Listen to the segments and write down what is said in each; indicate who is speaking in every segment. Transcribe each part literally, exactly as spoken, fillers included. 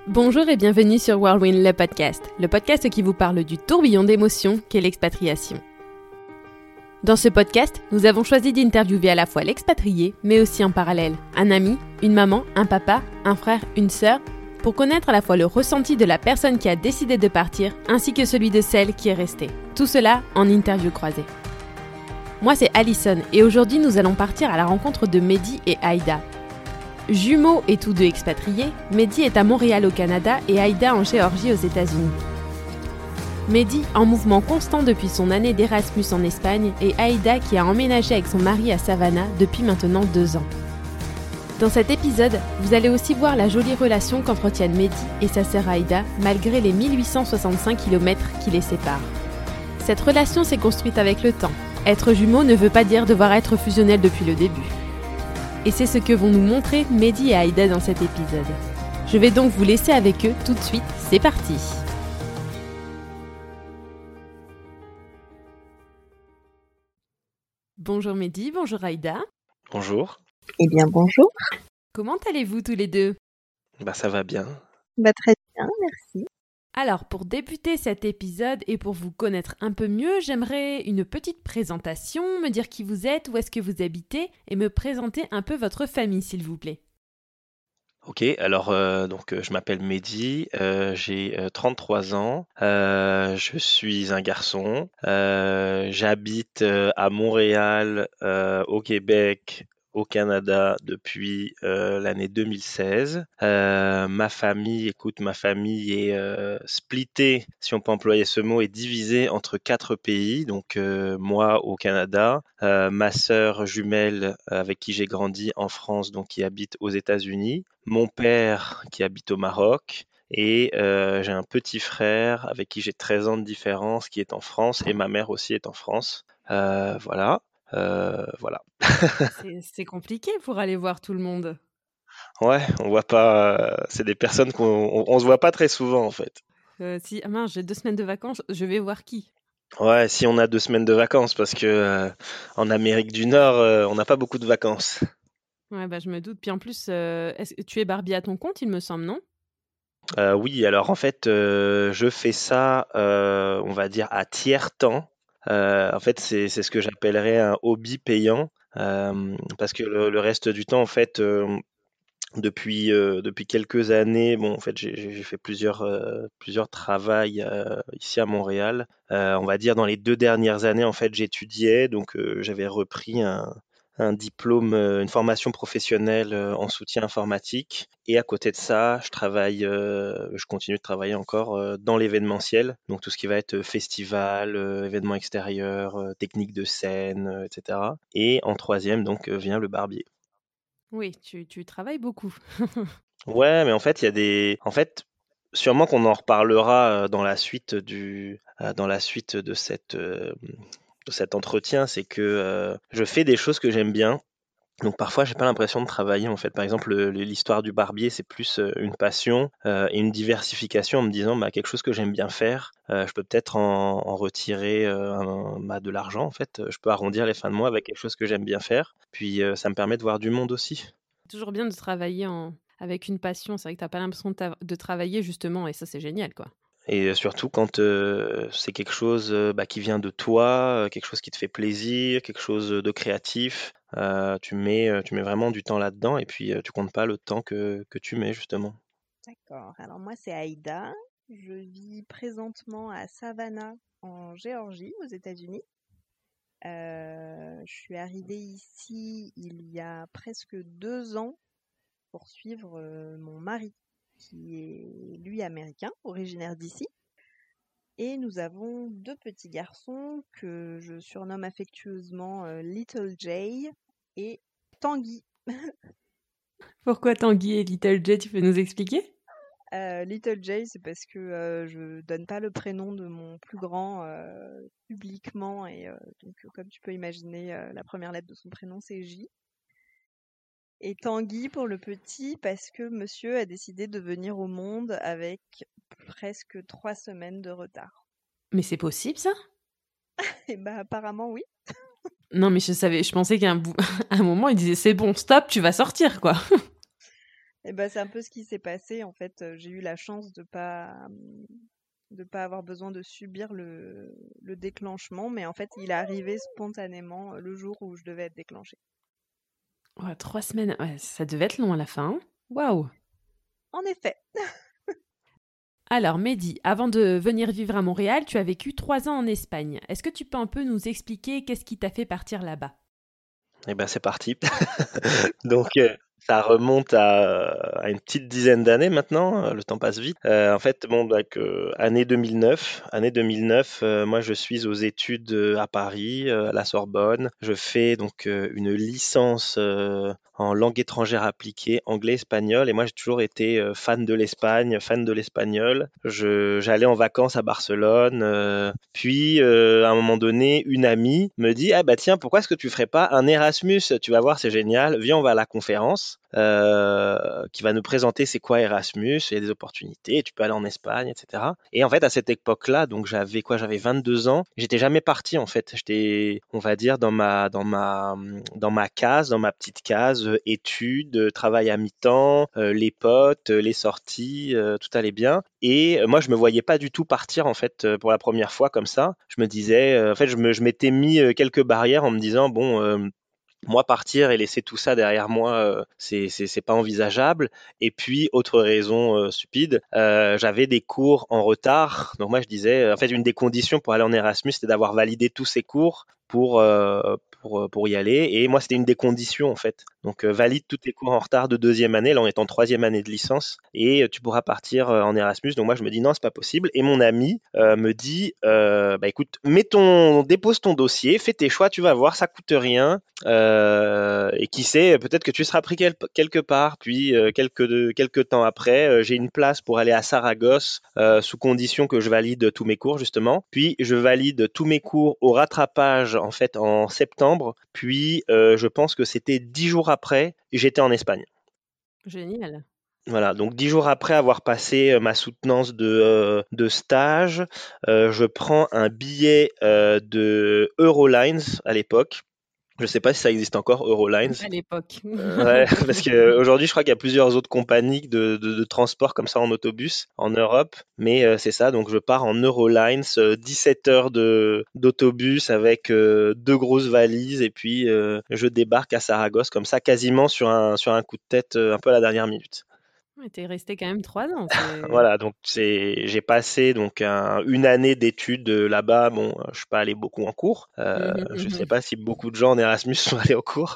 Speaker 1: Bonjour et bienvenue sur Whirlwind, le podcast, le podcast qui vous parle du tourbillon d'émotions qu'est l'expatriation. Dans ce podcast, nous avons choisi d'interviewer à la fois l'expatrié, mais aussi en parallèle, un ami, une maman, un papa, un frère, une sœur, pour connaître à la fois le ressenti de la personne qui a décidé de partir, ainsi que celui de celle qui est restée. Tout cela en interview croisée. Moi c'est Alison et aujourd'hui nous allons partir à la rencontre de Mehdi et Aïda. Jumeaux et tous deux expatriés, Mehdi est à Montréal au Canada et Aïda en Géorgie aux États-Unis. Mehdi en mouvement constant depuis son année d'Erasmus en Espagne et Aïda qui a emménagé avec son mari à Savannah depuis maintenant deux ans. Dans cet épisode, vous allez aussi voir la jolie relation qu'entretiennent Mehdi et sa sœur Aïda malgré les mille huit cent soixante-cinq kilomètres qui les séparent. Cette relation s'est construite avec le temps. Être jumeau ne veut pas dire devoir être fusionnel depuis le début. Et c'est ce que vont nous montrer Mehdi et Aïda dans cet épisode. Je vais donc vous laisser avec eux tout de suite, c'est parti. Bonjour Mehdi, bonjour Aïda.
Speaker 2: Bonjour.
Speaker 3: Eh bien bonjour.
Speaker 1: Comment allez-vous tous les deux ?
Speaker 2: Bah ça va bien.
Speaker 3: Bah très bien, merci.
Speaker 1: Alors, pour débuter cet épisode et pour vous connaître un peu mieux, j'aimerais une petite présentation, me dire qui vous êtes, où est-ce que vous habitez et me présenter un peu votre famille, s'il vous plaît.
Speaker 2: Ok, alors euh, donc euh, je m'appelle Mehdi, euh, j'ai euh, trente-trois ans, euh, je suis un garçon, euh, j'habite euh, à Montréal, euh, au Québec, au Canada depuis euh, l'année deux mille seize. Euh, ma famille, écoute, ma famille est euh, splittée, si on peut employer ce mot, est divisée entre quatre pays. Donc euh, moi au Canada, euh, ma sœur jumelle avec qui j'ai grandi en France, donc qui habite aux États-Unis, mon père qui habite au Maroc. Et euh, j'ai un petit frère avec qui j'ai treize ans de différence qui est en France et ma mère aussi est en France. Euh, voilà. Euh, voilà.
Speaker 1: c'est, c'est compliqué pour aller voir tout le monde.
Speaker 2: Ouais, on voit pas. euh, C'est des personnes qu'on on, on se voit pas très souvent en fait.
Speaker 1: Euh, si, ah mince, j'ai deux semaines de vacances, je vais voir qui ?
Speaker 2: Ouais, si on a deux semaines de vacances, parce que euh, en Amérique du Nord, euh, on n'a pas beaucoup de vacances.
Speaker 1: Ouais, bah je me doute. Puis en plus, euh, est-ce que tu es Barbie à ton compte, il me semble, non ?
Speaker 2: Euh, oui, alors en fait, euh, je fais ça, euh, on va dire, à tiers-temps. Euh, en fait, c'est c'est ce que j'appellerais un hobby payant, euh, parce que le, le reste du temps, en fait, euh, depuis, euh, depuis quelques années, bon, en fait, j'ai j'ai- j'ai fait plusieurs, euh, plusieurs travails euh, ici à Montréal. Euh, on va dire dans les deux dernières années, en fait, j'étudiais, donc euh, j'avais repris un, un diplôme, euh, une formation professionnelle euh, en soutien informatique. Et à côté de ça, je travaille, euh, je continue de travailler encore euh, dans l'événementiel, donc tout ce qui va être festival, euh, événements extérieurs, euh, technique de scène, euh, et cetera. Et en troisième, donc, euh, vient le barbier.
Speaker 1: Oui, tu, tu travailles beaucoup.
Speaker 2: Ouais, mais en fait, il y a des. En fait, sûrement qu'on en reparlera euh, dans la suite du, euh, dans la suite de cette, euh, de cet entretien. C'est que euh, je fais des choses que j'aime bien. Donc parfois, j'ai pas l'impression de travailler. En fait, par exemple, le- l'histoire du barbier, c'est plus euh, une passion euh, et une diversification en me disant, bah, quelque chose que j'aime bien faire, euh, je peux peut-être en, en retirer euh, un- bah, de l'argent. En fait, je peux arrondir les fins de mois avec quelque chose que j'aime bien faire. Puis euh, ça me permet de voir du monde aussi.
Speaker 1: Toujours bien de travailler en... avec une passion. C'est vrai que tu n'as pas l'impression de, ta- de travailler, justement, et ça, c'est génial, quoi.
Speaker 2: Et surtout quand euh, c'est quelque chose euh, bah, qui vient de toi, euh, quelque chose qui te fait plaisir, quelque chose de créatif, euh, tu mets, euh, tu mets vraiment du temps là-dedans et puis euh, tu comptes pas le temps que, que tu mets justement.
Speaker 3: D'accord. Alors moi c'est Aïda. Je vis présentement à Savannah en Géorgie aux États-Unis. Euh, je suis arrivée ici il y a presque deux ans pour suivre euh, mon mari qui est lui américain, originaire d'ici. Et nous avons deux petits garçons que je surnomme affectueusement euh, Little Jay et Tanguy.
Speaker 1: Pourquoi Tanguy et Little J, tu peux nous expliquer ?
Speaker 3: Euh, Little Jay, c'est parce que euh, je donne pas le prénom de mon plus grand euh, publiquement et euh, donc euh, comme tu peux imaginer, euh, la première lettre de son prénom c'est J. Et Tanguy pour le petit parce que monsieur a décidé de venir au monde avec presque trois semaines de retard.
Speaker 1: Mais c'est possible, ça ?
Speaker 3: Et bah apparemment oui.
Speaker 1: Non, mais je savais, je pensais qu'à un, bout... à un moment, il disait c'est bon, stop, tu vas sortir, quoi.
Speaker 3: Et ben, c'est un peu ce qui s'est passé. En fait, euh, j'ai eu la chance de pas de pas avoir besoin de subir le, le déclenchement, mais en fait, il est arrivé spontanément euh, le jour où je devais être déclenchée.
Speaker 1: Ouais, trois semaines, ouais, ça devait être long à la fin. Hein. Waouh.
Speaker 3: En effet.
Speaker 1: Alors, Mehdi, avant de venir vivre à Montréal, tu as vécu trois ans en Espagne. Est-ce que tu peux un peu nous expliquer qu'est-ce qui t'a fait partir là-bas?
Speaker 2: Et ben c'est parti. Donc euh, ça remonte à, à une petite dizaine d'années maintenant, euh, le temps passe vite. Euh, en fait, bon, donc, euh, année deux mille neuf, année deux mille neuf, euh, moi je suis aux études euh, à Paris, euh, à la Sorbonne. Je fais donc euh, une licence euh, en langue étrangère appliquée, anglais-espagnol, et moi j'ai toujours été euh, fan de l'Espagne, fan de l'espagnol. Je, j'allais en vacances à Barcelone, euh, puis euh, à un moment donné, une amie me dit, ah bah tiens, pourquoi est-ce que tu ferais pas un Erasmus? Tu vas voir, c'est génial. Viens, on va à la conférence euh, qui va nous présenter c'est quoi Erasmus, il y a des opportunités, tu peux aller en Espagne, et cetera. Et en fait, à cette époque-là, donc j'avais quoi? J'avais vingt-deux ans. J'étais jamais parti en fait. J'étais, on va dire, dans ma, dans ma, dans ma case, dans ma petite case, euh, études, euh, travail à mi-temps, euh, les potes, euh, les sorties, euh, tout allait bien. Et euh, moi, je me voyais pas du tout partir en fait euh, pour la première fois comme ça. Je me disais, euh, en fait, je me, je m'étais mis euh, quelques barrières en me disant, bon. Euh, moi partir et laisser tout ça derrière moi, euh, c'est c'est c'est pas envisageable. Et puis autre raison euh, stupide, euh, j'avais des cours en retard. Donc moi je disais, en fait une des conditions pour aller en Erasmus, c'était d'avoir validé tous ces cours pour euh, pour euh, pour y aller. Et moi c'était une des conditions en fait. Donc euh, valide tous tes cours en retard de deuxième année. Là on est en troisième année de licence et euh, tu pourras partir euh, en Erasmus. Donc moi je me dis non c'est pas possible. Et mon ami euh, me dit, euh, bah écoute, mets ton, dépose ton dossier, fais tes choix, tu vas voir, ça coûte rien. Euh, et qui sait, peut-être que tu seras pris quel- quelque part. Puis euh, quelques, de- quelques temps après, euh, j'ai une place pour aller à Saragosse euh, sous condition que je valide tous mes cours justement. Puis je valide tous mes cours au rattrapage en fait en septembre. Puis euh, je pense que c'était dix jours après, j'étais en Espagne.
Speaker 1: Génial.
Speaker 2: Voilà, donc dix jours après avoir passé euh, ma soutenance de, euh, de stage, euh, je prends un billet euh, de Eurolines à l'époque. Je sais pas si ça existe encore, Eurolines.
Speaker 1: À l'époque.
Speaker 2: Ouais, parce que aujourd'hui, je crois qu'il y a plusieurs autres compagnies de, de, de transport comme ça en autobus en Europe. Mais euh, c'est ça, donc je pars en Eurolines, euh, dix-sept heures de d'autobus avec euh, deux grosses valises et puis euh, je débarque à Saragosse comme ça, quasiment sur un sur un coup de tête, euh, un peu à la dernière minute.
Speaker 1: Ouais, t'es resté quand même trois ans. C'est...
Speaker 2: Voilà, donc c'est, j'ai passé donc un- une année d'études euh, là-bas. Bon, euh, je suis pas allé beaucoup en cours. Euh,
Speaker 1: Mhm,
Speaker 2: je sais
Speaker 1: mhm.
Speaker 2: pas si beaucoup de gens en Erasmus sont allés au cours.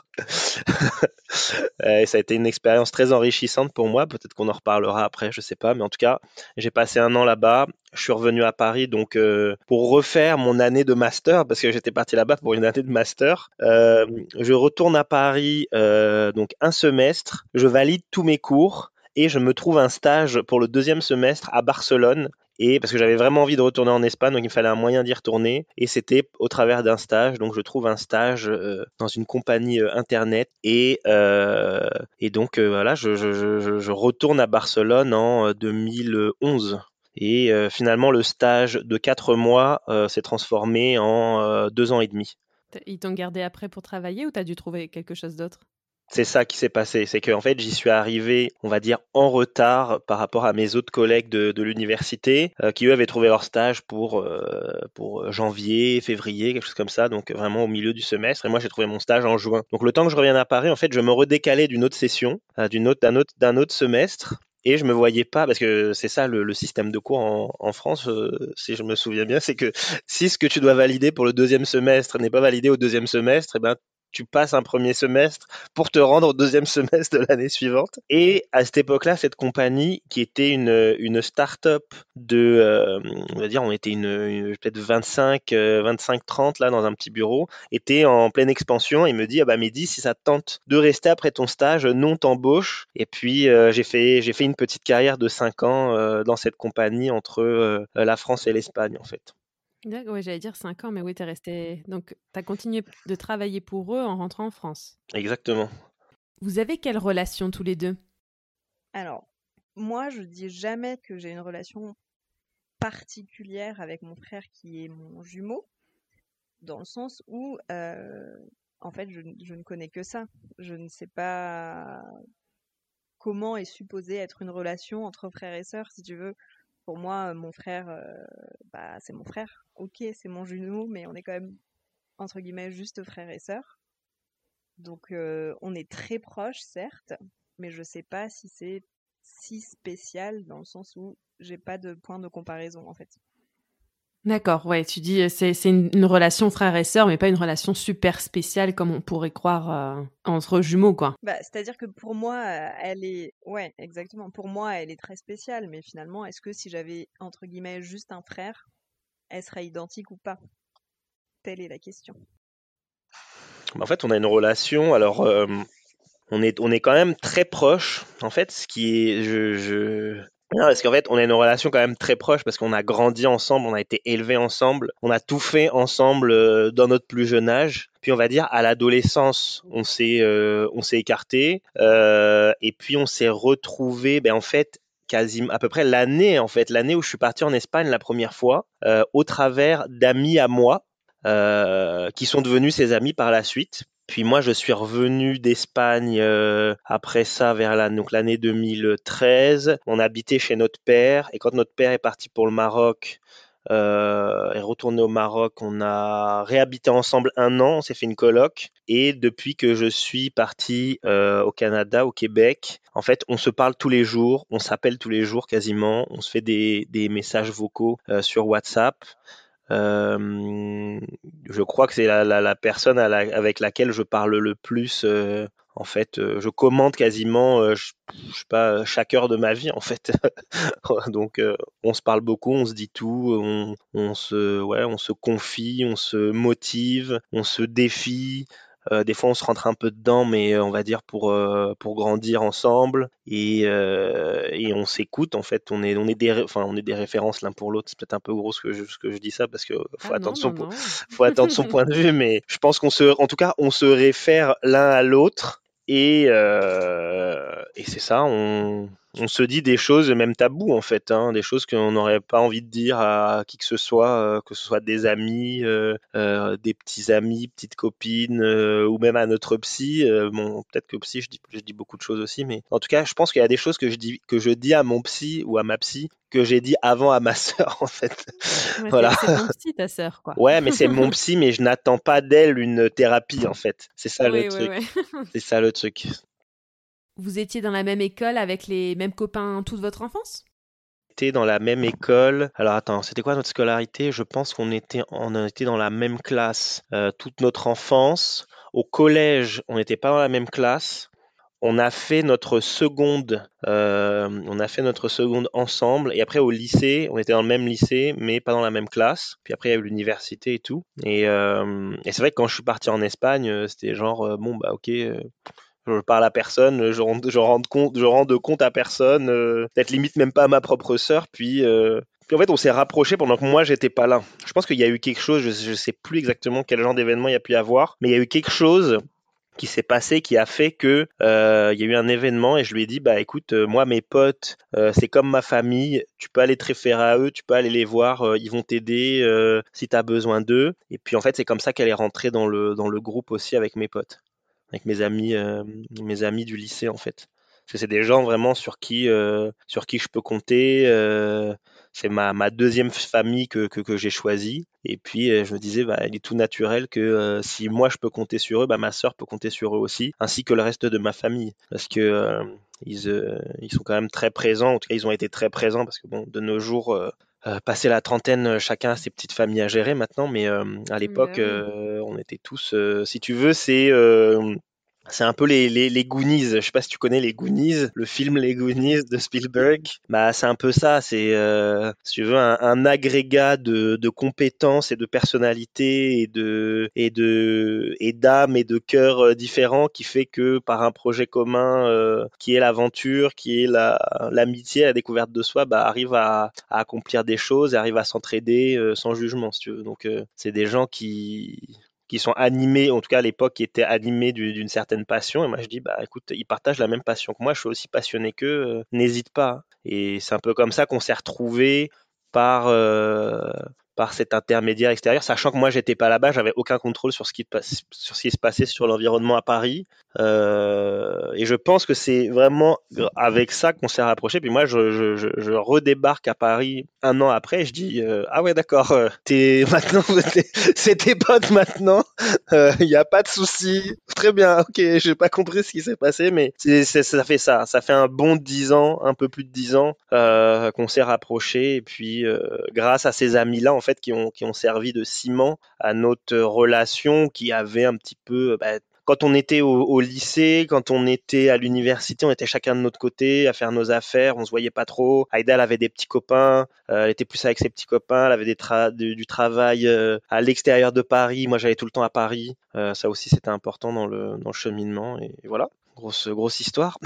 Speaker 2: Euh, et ça a été une expérience très enrichissante pour moi. Peut-être qu'on en reparlera après, je sais pas. Mais en tout cas, j'ai passé un an là-bas. Je suis revenu à Paris donc euh, pour refaire mon année de master parce que j'étais parti là-bas pour une année de master. Euh, je retourne à Paris euh, donc un semestre. Je valide tous mes cours et je me trouve un stage pour le deuxième semestre à Barcelone. Et parce que j'avais vraiment envie de retourner en Espagne, donc il me fallait un moyen d'y retourner. Et c'était au travers d'un stage. Donc je trouve un stage euh, dans une compagnie euh, internet. Et, euh, et donc euh, voilà, je, je, je, je retourne à Barcelone en euh, deux mille onze. Et euh, finalement, le stage de quatre mois euh, s'est transformé en euh, deux ans et demi.
Speaker 1: T'as- Ils t'ont gardé après pour travailler ou t'as dû trouver quelque chose d'autre?
Speaker 2: C'est ça qui s'est passé, c'est qu'en fait j'y suis arrivé, on va dire, en retard par rapport à mes autres collègues de, de l'université, euh, qui eux avaient trouvé leur stage pour, euh, pour janvier, février, quelque chose comme ça, donc vraiment au milieu du semestre, et moi j'ai trouvé mon stage en juin. Donc le temps que je revienne à Paris, en fait je me redécalais d'une autre session, euh, d'une autre, d'un autre, d'un autre semestre, et je me voyais pas, parce que c'est ça le, le système de cours en, en France, euh, si je me souviens bien, c'est que si ce que tu dois valider pour le deuxième semestre n'est pas validé au deuxième semestre, eh ben tu passes un premier semestre pour te rendre au deuxième semestre de l'année suivante. Et à cette époque-là, cette compagnie, qui était une, une start-up de, euh, on va dire, on était une, une- peut-être vingt-cinq, euh, vingt-cinq, trente là dans un petit bureau, était en pleine expansion. Et me dit, ah bah Mehdi, si ça te tente de rester après ton stage, non t'embauche. Et puis euh, j'ai fait, j'ai fait une petite carrière de cinq ans euh, dans cette compagnie entre euh, la France et l'Espagne en fait.
Speaker 1: D'accord, ouais, j'allais dire cinq ans, mais oui, t'es resté. Donc, t'as continué de travailler pour eux en rentrant en France.
Speaker 2: Exactement.
Speaker 1: Vous avez quelle relation tous les deux?
Speaker 3: Alors, moi, je dis jamais que j'ai une relation particulière avec mon frère qui est mon jumeau, dans le sens où, euh, en fait, je, je ne connais que ça. Je ne sais pas comment est supposée être une relation entre frères et sœurs, si tu veux. Pour moi, mon frère, euh, bah, c'est mon frère. Ok, c'est mon jumeau, mais on est quand même, entre guillemets, juste frères et sœurs. Donc, euh, on est très proches, certes, mais je sais pas si c'est si spécial dans le sens où j'ai pas de point de comparaison, en fait.
Speaker 1: D'accord, ouais, tu dis c'est c'est une, une relation frère et sœur, mais pas une relation super spéciale comme on pourrait croire euh, entre jumeaux, quoi.
Speaker 3: Bah, c'est-à-dire que pour moi, euh, elle est... Ouais, exactement. Pour moi, elle est très spéciale, mais finalement, est-ce que si j'avais, entre guillemets, juste un frère, elle serait identique ou pas? Telle est la question.
Speaker 2: En fait, on a une relation, alors euh, on est, on est quand même très proches. En fait, ce qui est, je, je... Non, parce qu'en fait, on a une relation quand même très proche parce qu'on a grandi ensemble, on a été élevés ensemble, on a tout fait ensemble euh, dans notre plus jeune âge. Puis on va dire à l'adolescence, on s'est, euh, on s'est écarté euh, et puis on s'est retrouvé, ben en fait, quasiment à peu près l'année en fait, l'année où je suis parti en Espagne la première fois, euh, au travers d'amis à moi euh, qui sont devenus ses amis par la suite. Puis moi, je suis revenu d'Espagne euh, après ça vers la, donc l'année deux mille treize. On habitait chez notre père et quand notre père est parti pour le Maroc, euh, est retourné au Maroc, on a réhabité ensemble un an, on s'est fait une coloc et depuis que je suis parti euh, au Canada, au Québec, en fait, on se parle tous les jours, on s'appelle tous les jours quasiment, on se fait des, des messages vocaux euh, sur WhatsApp. Euh, je crois que c'est la, la, la personne à la- avec laquelle je parle le plus. Euh, en fait, euh, je commente quasiment, euh, je, je sais pas, chaque heure de ma vie en fait. Donc, euh, on se parle beaucoup, on se dit tout, on, on se, ouais, on se confie, on se motive, on se défie. Euh, des fois, on se rentre un peu dedans, mais euh, on va dire pour euh, pour grandir ensemble et euh, et on s'écoute. En fait, on est on est des ré- enfin on est des références l'un pour l'autre. C'est peut-être un peu gros ce que je, ce que je dis ça parce que faut
Speaker 1: Ah non,
Speaker 2: attendre son
Speaker 1: non,
Speaker 2: po-
Speaker 1: non.
Speaker 2: faut attendre son point de vue, mais je pense qu'on se, en tout cas, on se réfère l'un à l'autre et euh, et c'est ça. On on se dit des choses, même tabous en fait, hein, des choses qu'on n'aurait pas envie de dire à qui que ce soit, euh, que ce soit des amis, euh, euh, des petits amis, petites copines, euh, ou même à notre psy. Euh, bon, peut-être que psy, je dis, je dis beaucoup de choses aussi, mais en tout cas, je pense qu'il y a des choses que je dis, que je dis à mon psy ou à ma psy que j'ai dit avant à ma sœur en fait.
Speaker 1: Ouais,
Speaker 2: Voilà.
Speaker 1: c'est c'est ton petit, ta sœur, quoi.
Speaker 2: Ouais, mais c'est mon psy, mais je n'attends pas d'elle une thérapie en fait. C'est ça le
Speaker 1: Oui, oui,
Speaker 2: truc.
Speaker 1: oui.
Speaker 2: C'est ça le truc.
Speaker 1: Vous étiez dans la même école avec les mêmes copains toute votre enfance?
Speaker 2: Était dans la même école. Alors attends, c'était quoi notre scolarité? Je pense qu'on était, on était dans la même classe euh, toute notre enfance. Au collège, on n'était pas dans la même classe. On a fait notre seconde, euh, on a fait notre seconde ensemble. Et après au lycée, on était dans le même lycée, mais pas dans la même classe. Puis après il y a eu l'université et tout. Et, euh, et c'est vrai que quand je suis parti en Espagne, euh, c'était genre euh, bon bah ok. euh, Je parle à personne, je rends, je rends compte, je rends de compte à personne, euh, peut-être limite même pas à ma propre sœur. Puis, euh, puis en fait, on s'est rapprochés pendant que moi j'étais pas là. Je pense qu'il y a eu quelque chose, je, je sais plus exactement quel genre d'événement il y a pu y avoir, mais il y a eu quelque chose qui s'est passé qui a fait que euh, il y a eu un événement et je lui ai dit bah écoute euh, moi mes potes euh, c'est comme ma famille, tu peux aller te référer à eux, tu peux aller les voir, euh, ils vont t'aider euh, si tu as besoin d'eux. Et puis en fait c'est comme ça qu'elle est rentrée dans le dans le groupe aussi avec mes potes, avec mes amis, euh, mes amis du lycée en fait. Parce que c'est des gens vraiment sur qui, euh, sur qui je peux compter. Euh, c'est ma, ma deuxième famille que, que, que j'ai choisie. Et puis euh, je me disais, bah, il est tout naturel que euh, si moi je peux compter sur eux, bah, ma sœur peut compter sur eux aussi, ainsi que le reste de ma famille. Parce que euh, ils, euh, ils sont quand même très présents. En tout cas, ils ont été très présents parce que bon, de nos jours, euh, euh, passé la trentaine, euh, chacun a ses petites familles à gérer maintenant, mais euh, à l'époque,
Speaker 1: Bah oui.
Speaker 2: euh, on était tous, euh, si tu veux, c'est euh, c'est un peu les, les, les Goonies. Je sais pas si tu connais les Goonies, le film Les Goonies de Spielberg. Bah, c'est un peu ça. C'est, euh, si tu veux, un, un agrégat de, de compétences et de personnalités et de et de et d'âmes et de cœurs euh, différents qui fait que par un projet commun euh, qui est l'aventure, qui est la l'amitié, la découverte de soi, bah arrive à, à accomplir des choses, et arrive à s'entraider euh, sans jugement, si tu veux. Donc euh, c'est des gens qui qui sont animés, en tout cas à l'époque, qui étaient animés du- d'une certaine passion. Et moi, je dis, bah écoute, ils partagent la même passion que moi, je suis aussi passionné qu'eux, euh, n'hésite pas. Et c'est un peu comme ça qu'on s'est retrouvés par, euh, par cet intermédiaire extérieur, sachant que moi j'étais pas là-bas, j'avais aucun contrôle sur ce qui passe, sur ce qui se passait sur l'environnement à Paris. Euh, et je pense que c'est vraiment avec ça qu'on s'est rapproché. Puis moi, je, je, je, je redébarque à Paris un an après. Et je dis euh, ah ouais d'accord, euh, t'es maintenant t'es, c'est tes potes maintenant. Il euh, y a pas de souci. Très bien. Ok, j'ai pas compris ce qui s'est passé, mais c'est, c'est, ça fait ça. Ça fait un bon dix ans, un peu plus de dix ans euh, qu'on s'est rapproché. Et puis euh, grâce à ces amis-là en fait qui ont qui ont servi de ciment à notre relation qui avait un petit peu bah, quand on était au, au lycée, quand on était à l'université, on était chacun de notre côté à faire nos affaires, on se voyait pas trop. Aïda, elle avait des petits copains, euh, elle était plus avec ses petits copains, elle avait des tra- du, du travail euh, à l'extérieur de Paris. Moi, j'allais tout le temps à Paris. Euh, ça aussi, c'était important dans le, dans le cheminement. Et, et voilà, grosse, grosse histoire.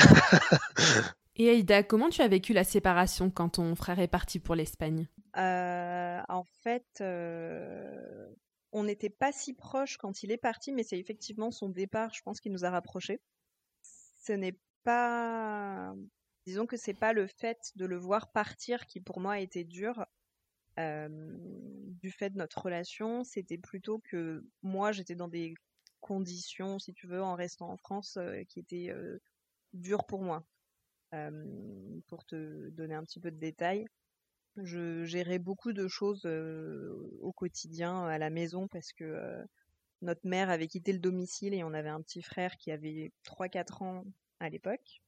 Speaker 1: Et Aïda, comment tu as vécu la séparation quand ton frère est parti pour l'Espagne ?
Speaker 3: Euh, en fait, euh, on n'était pas si proches quand il est parti, mais c'est effectivement son départ, je pense, qui nous a rapprochés. Ce n'est pas... Disons que c'est pas le fait de le voir partir qui, pour moi, a été dur. Euh, du fait de notre relation, c'était plutôt que moi, j'étais dans des conditions, si tu veux, en restant en France, euh, qui étaient euh, dures pour moi. Euh, pour te donner un petit peu de détails, je gérais beaucoup de choses euh, au quotidien à la maison parce que euh, notre mère avait quitté le domicile et on avait un petit frère qui avait trois quatre ans à l'époque.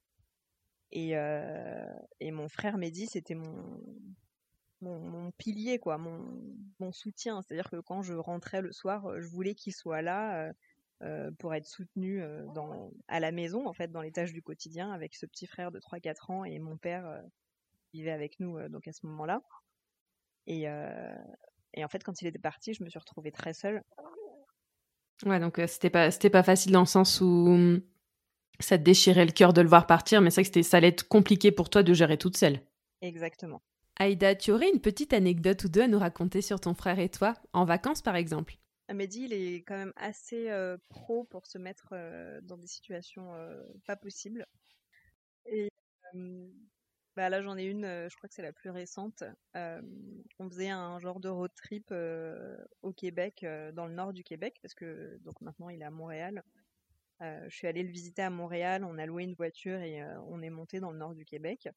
Speaker 3: Et, euh, et mon frère Mehdi, c'était mon, mon, mon pilier, quoi, mon, mon soutien. C'est-à-dire que quand je rentrais le soir, je voulais qu'il soit là euh, euh, pour être soutenu euh, dans, à la maison, en fait, dans les tâches du quotidien, avec ce petit frère de trois quatre ans et mon père euh, vivait avec nous euh, donc à ce moment-là. Et, euh, et en fait, quand il était parti, je me suis retrouvée très seule.
Speaker 1: Ouais, donc euh, c'était pas c'était pas facile dans le sens où ça te déchirait le cœur de le voir partir, mais c'est vrai que c'était, ça allait être compliqué pour toi de gérer toute seule.
Speaker 3: Exactement.
Speaker 1: Aïda, tu aurais une petite anecdote ou deux à nous raconter sur ton frère et toi, en vacances par exemple ?
Speaker 3: Mehdi, il est quand même assez euh, pro pour se mettre euh, dans des situations euh, pas possibles. Et euh, bah là, j'en ai une, euh, je crois que c'est la plus récente. Euh, on faisait un genre de road trip euh, au Québec, euh, dans le nord du Québec, parce que donc maintenant il est à Montréal. Euh, je suis allée le visiter à Montréal, on a loué une voiture et euh, on est monté dans le nord du Québec.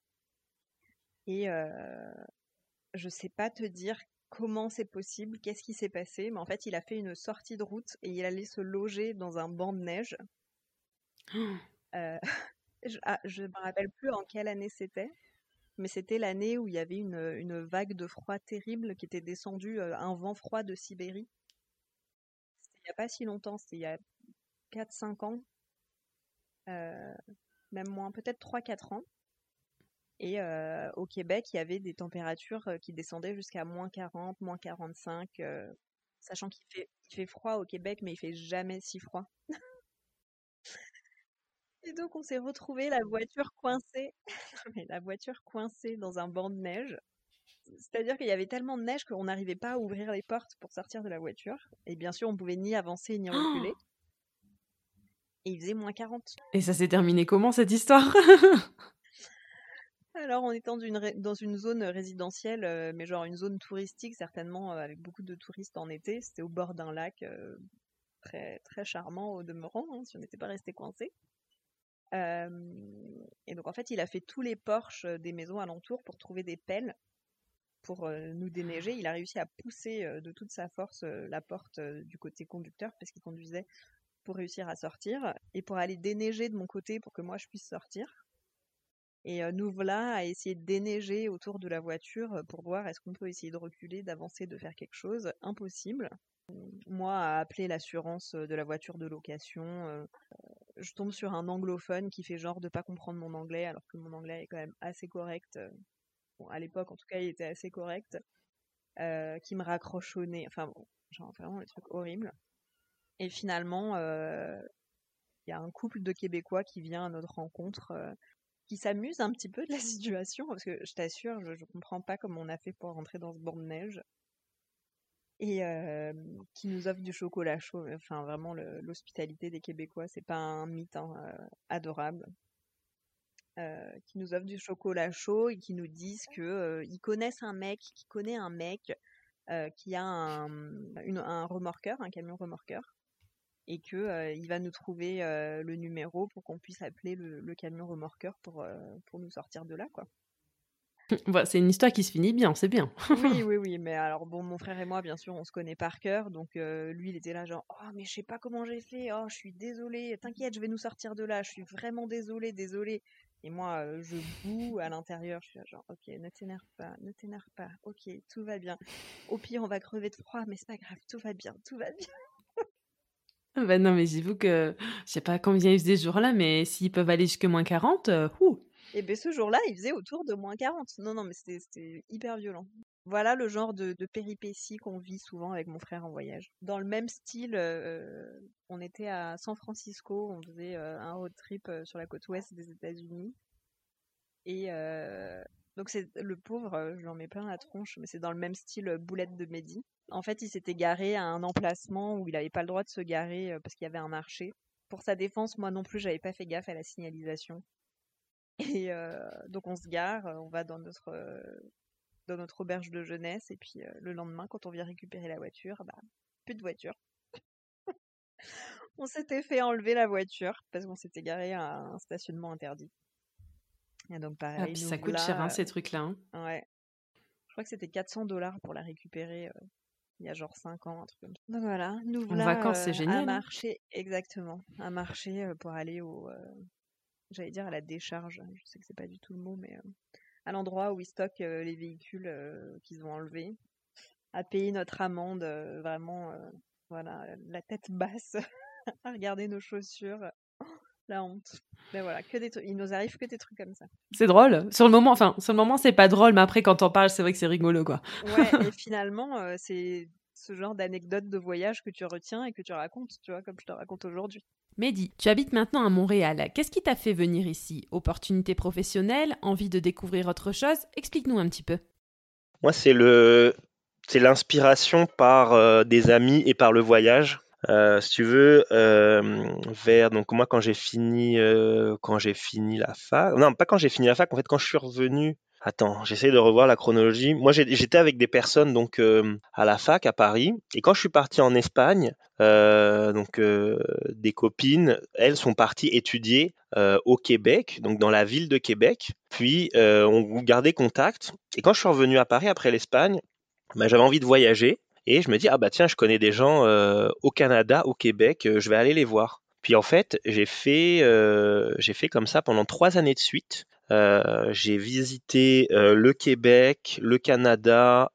Speaker 3: Et euh, je sais pas te dire comment c'est possible, qu'est-ce qui s'est passé, mais en fait, il a fait une sortie de route et il allait se loger dans un banc de neige. Euh, je, ah, je me rappelle plus en quelle année c'était, mais c'était l'année où il y avait une, une vague de froid terrible qui était descendue, euh, un vent froid de Sibérie. C'était il n'y a pas si longtemps, c'était il y a quatre cinq ans, euh, même moins, peut-être trois quatre ans. Et euh, au Québec, il y avait des températures euh, qui descendaient jusqu'à moins quarante, moins quarante-cinq, euh, sachant qu'il fait, il fait froid au Québec, mais il fait jamais si froid. Et donc, on s'est retrouvé la voiture coincée, mais la voiture coincée dans un banc de neige. C'est-à-dire qu'il y avait tellement de neige qu'on n'arrivait pas à ouvrir les portes pour sortir de la voiture. Et bien sûr, on pouvait ni avancer ni reculer. Et il faisait moins quarante.
Speaker 1: Et ça s'est terminé comment cette histoire ?
Speaker 3: Alors, on était dans une, ré- dans une zone résidentielle, euh, mais genre une zone touristique, certainement, euh, avec beaucoup de touristes en été. C'était au bord d'un lac, euh, très, très charmant au demeurant, hein, si on n'était pas resté coincé. Euh, et donc, en fait, il a fait tous les porches euh, des maisons alentours pour trouver des pelles pour euh, nous déneiger. Il a réussi à pousser euh, de toute sa force euh, la porte euh, du côté conducteur, parce qu'il conduisait, pour réussir à sortir, et pour aller déneiger de mon côté pour que moi je puisse sortir. Et euh, nous voilà à essayer de déneiger autour de la voiture euh, pour voir est-ce qu'on peut essayer de reculer, d'avancer, de faire quelque chose. Impossible. Moi, à appeler l'assurance de la voiture de location, euh, je tombe sur un anglophone qui fait genre de pas comprendre mon anglais, alors que mon anglais est quand même assez correct. Bon, à l'époque, en tout cas, il était assez correct. Euh, qui me raccroche au nez. Enfin bon, genre vraiment des trucs horribles. Et finalement, il euh, y a un couple de Québécois qui vient à notre rencontre, euh, qui s'amuse un petit peu de la situation, parce que je t'assure, je, je comprends pas comment on a fait pour rentrer dans ce banc de neige. Et euh, qui nous offre du chocolat chaud. Enfin, vraiment, le, l'hospitalité des Québécois, c'est pas un mythe, hein, euh, adorable. Euh, qui nous offrent du chocolat chaud et qui nous disent que euh, ils connaissent un mec qui connaît un mec euh, qui a un, une- un remorqueur, un camion remorqueur, et que euh, il va nous trouver euh, le numéro pour qu'on puisse appeler le, le camion remorqueur pour, euh, pour nous sortir de là, quoi.
Speaker 1: Bah, c'est une histoire qui se finit bien, c'est bien.
Speaker 3: Oui, oui, oui, mais alors bon, mon frère et moi, bien sûr, on se connaît par cœur, donc euh, lui, il était là genre, oh, mais je sais pas comment j'ai fait, oh, je suis désolée, t'inquiète, je vais nous sortir de là, je suis vraiment désolée, désolée. Et moi, euh, je boue à l'intérieur, je suis là genre, ok, ne t'énerve pas, ne t'énerve pas, ok, tout va bien. Au pire, on va crever de froid, mais c'est pas grave, tout va bien, tout va bien.
Speaker 1: Ah bah non, mais j'avoue que je sais pas combien ils faisaient ce jour-là, mais s'ils peuvent aller jusque moins quarante, euh, ouh.
Speaker 3: Et ben ce jour-là, il faisait autour de moins quarante. Non, non, mais c'était c'était hyper violent. Voilà le genre de, de péripéties qu'on vit souvent avec mon frère en voyage. Dans le même style, euh, on était à San Francisco, on faisait euh, un road trip euh, sur la côte ouest des États-Unis. Et euh, donc c'est le pauvre, euh, je lui en mets plein la tronche, mais c'est dans le même style euh, boulette de Mehdi. En fait, il s'était garé à un emplacement où il n'avait pas le droit de se garer euh, parce qu'il y avait un marché. Pour sa défense, moi non plus, j'avais pas fait gaffe à la signalisation. Et euh, donc on se gare, euh, on va dans notre euh, dans notre auberge de jeunesse, et puis euh, le lendemain, quand on vient récupérer la voiture, bah plus de voiture. On s'était fait enlever la voiture parce qu'on s'était garé à un stationnement interdit. Et donc
Speaker 1: Ah,
Speaker 3: pareil,
Speaker 1: puis
Speaker 3: nous
Speaker 1: ça coûte cher, hein,
Speaker 3: voilà.
Speaker 1: ces trucs-là. Hein.
Speaker 3: euh, ouais, je crois que c'était quatre cents dollars pour la récupérer euh, il y a genre cinq ans, un truc comme ça. Donc voilà, nous
Speaker 1: En vacances,
Speaker 3: voilà
Speaker 1: c'est
Speaker 3: euh, à
Speaker 1: génial. Hein.
Speaker 3: marcher, exactement, à marcher euh, pour aller au, euh, j'allais dire à la décharge. Je sais que c'est pas du tout le mot, mais euh, à l'endroit où ils stockent euh, les véhicules euh, qu'ils ont enlevés, à payer notre amende, euh, vraiment, euh, voilà, la tête basse, à regarder nos chaussures, oh, la honte. Ben voilà, que des trucs, il nous arrive que des trucs comme ça.
Speaker 1: C'est drôle. Sur le moment, enfin, sur le moment, c'est pas drôle, mais après, quand on parle, c'est vrai que c'est rigolo, quoi.
Speaker 3: Ouais, et finalement, euh, c'est ce genre d'anecdote de voyage que tu retiens et que tu racontes, tu vois, comme je te raconte aujourd'hui.
Speaker 1: Mehdi, tu habites maintenant à Montréal. Qu'est-ce qui t'a fait venir ici? Opportunité professionnelle? Envie de découvrir autre chose? Explique-nous un petit peu.
Speaker 2: Moi, c'est le, c'est l'inspiration par euh, des amis et par le voyage. Euh, si tu veux, euh, vers donc moi quand j'ai fini euh, quand j'ai fini la fac, non pas quand j'ai fini la fac, en fait quand je suis revenu. Attends, j'essaie de revoir la chronologie. Moi j'ai- j'étais avec des personnes donc euh, à la fac à Paris et quand je suis parti en Espagne, euh, donc euh, des copines, elles sont parties étudier euh, au Québec, donc dans la ville de Québec. Puis euh, on gardait contact et quand je suis revenu à Paris après l'Espagne, bah, j'avais envie de voyager et je me dis ah bah tiens je connais des gens euh, au Canada, au Québec, euh, je vais aller les voir. Puis en fait j'ai fait euh, j'ai fait comme ça pendant trois années de suite. Euh, j'ai visité euh, le Québec, le Canada,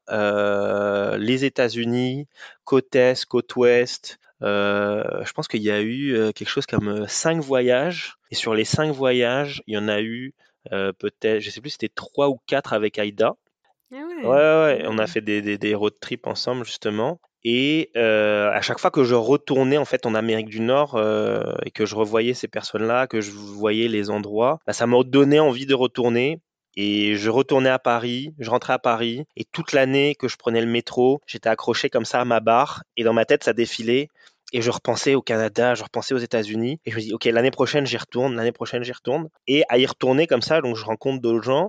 Speaker 2: euh, les États-Unis, côte est, côte ouest. Euh, je pense qu'il y a eu euh, quelque chose comme euh, cinq voyages et sur les cinq voyages il y en a eu euh, peut-être je sais plus c'était trois ou quatre avec Aïda.
Speaker 1: Ah
Speaker 2: Ouais,
Speaker 1: ouais,
Speaker 2: ouais, ouais, on a
Speaker 1: énorme.
Speaker 2: fait des, des, des road trips ensemble justement. Et euh, à chaque fois que je retournais en fait en Amérique du Nord euh, et que je revoyais ces personnes-là, que je voyais les endroits, bah, ça m'a donné envie de retourner. Et je retournais à Paris, je rentrais à Paris, et toute l'année que je prenais le métro, j'étais accroché comme ça à ma barre, et dans ma tête ça défilait. Et je repensais au Canada, je repensais aux États-Unis, et je me dis ok l'année prochaine j'y retourne, l'année prochaine j'y retourne. Et à y retourner comme ça, donc je rencontre d'autres gens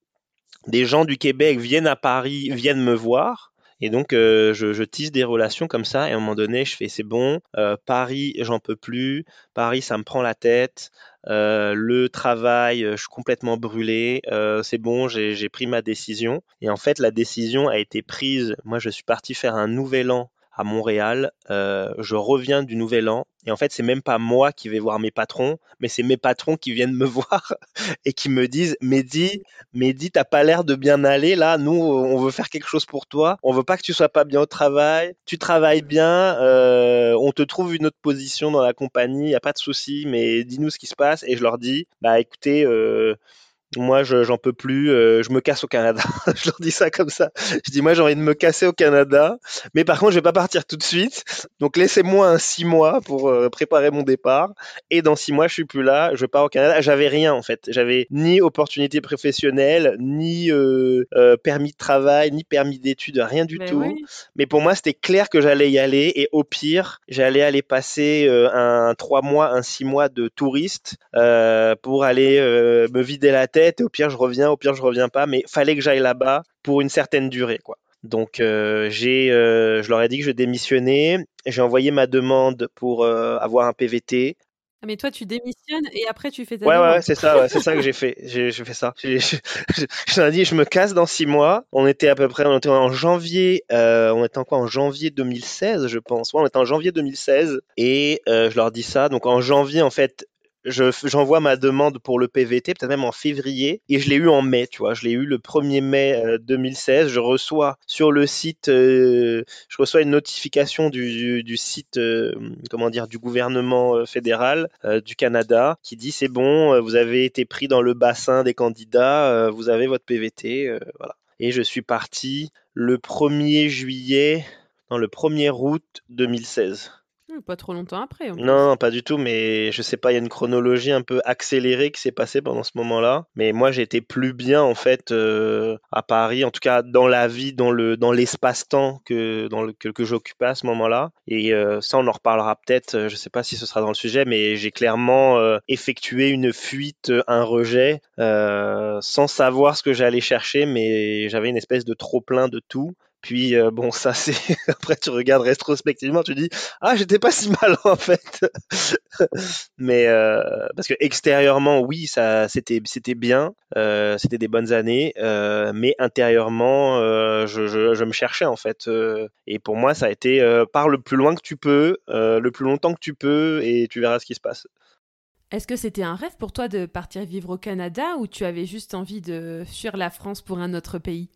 Speaker 2: des gens du Québec viennent à Paris, viennent me voir. Et donc, euh, je, je tisse des relations comme ça. Et à un moment donné, je fais, c'est bon, euh, Paris, j'en peux plus. Paris, ça me prend la tête. Euh, le travail, euh, je suis complètement brûlé. Euh, c'est bon, j'ai, j'ai pris ma décision. Et en fait, la décision a été prise. Moi, je suis parti faire un nouvel an à Montréal. Euh, je reviens du nouvel an. Et en fait, c'est même pas moi qui vais voir mes patrons, mais c'est mes patrons qui viennent me voir et qui me disent, Mehdi, Mehdi, t'as pas l'air de bien aller là. Nous, on veut faire quelque chose pour toi. On veut pas que tu sois pas bien au travail. Tu travailles bien. Euh, on te trouve une autre position dans la compagnie. Y a pas de souci, mais dis-nous ce qui se passe. Et je leur dis, bah écoutez, euh, moi, je, j'en peux plus, euh, je me casse au Canada. Je leur dis ça comme ça. Je dis, moi, j'ai envie de me casser au Canada. Mais par contre, je vais pas partir tout de suite. Donc, laissez-moi un six mois pour euh, préparer mon départ. Et dans six mois, je suis plus là. Je pars au Canada. J'avais rien, en fait. J'avais ni opportunité professionnelle, ni euh, euh, permis de travail, ni permis d'études, rien du
Speaker 1: Ben
Speaker 2: tout.
Speaker 1: oui.
Speaker 2: Mais pour moi, c'était clair que j'allais y aller. Et au pire, j'allais aller passer euh, un trois mois, un six mois de touriste euh, pour aller euh, me vider la tête. Et au pire, je reviens. Au pire, je reviens pas. Mais fallait que j'aille là-bas pour une certaine durée, quoi. Donc euh, j'ai, euh, je leur ai dit que je démissionnais. J'ai envoyé ma demande pour euh, avoir un P V T.
Speaker 1: Ah, mais toi, tu démissionnes et après, tu fais ta
Speaker 2: Ouais, ouais, ouais,
Speaker 1: demande.
Speaker 2: c'est ça, ouais, c'est ça que j'ai fait. J'ai, j'ai fait ça. J'ai, je, je, je leur ai dit, je me casse dans six mois. On était à peu près, on était en janvier, euh, on était en quoi? En janvier deux mille seize, je pense. Ouais, on était en janvier deux mille seize. Et euh, je leur dis ça. Donc en janvier, en fait, je, j'envoie ma demande pour le P V T, peut-être même en février. Et je l'ai eu en mai, tu vois. Je l'ai eu le premier mai euh, deux mille seize. Je reçois sur le site, euh, je reçois une notification du, du, du site, euh, comment dire, du gouvernement euh, fédéral euh, du Canada qui dit c'est bon, euh, vous avez été pris dans le bassin des candidats, euh, vous avez votre P V T, euh, voilà. Et je suis parti le premier juillet, non, le premier août deux mille seize.
Speaker 1: Hum, Pas trop longtemps après, en plus.
Speaker 2: Non, non, pas du tout, mais je sais pas, il y a une chronologie un peu accélérée qui s'est passée pendant ce moment-là. Mais moi, j'étais plus bien, en fait, euh, à Paris, en tout cas dans la vie, dans le, dans l'espace-temps que, dans le, que, que j'occupais à ce moment-là. Et euh, ça, on en reparlera peut-être, euh, je sais pas si ce sera dans le sujet, mais j'ai clairement euh, effectué une fuite, euh, un rejet, euh, sans savoir ce que j'allais chercher, mais j'avais une espèce de trop-plein de tout. Puis euh, bon, ça c'est après tu regardes rétrospectivement, tu dis ah j'étais pas si mal en fait. Mais euh, parce que extérieurement oui ça c'était c'était bien, euh, c'était des bonnes années, euh, mais intérieurement euh, je, je, je me cherchais en fait. Euh, et pour moi ça a été euh, pars le plus loin que tu peux, euh, le plus longtemps que tu peux et tu verras ce qui se passe.
Speaker 1: Est-ce que c'était un rêve pour toi de partir vivre au Canada ou tu avais juste envie de fuir la France pour un autre pays?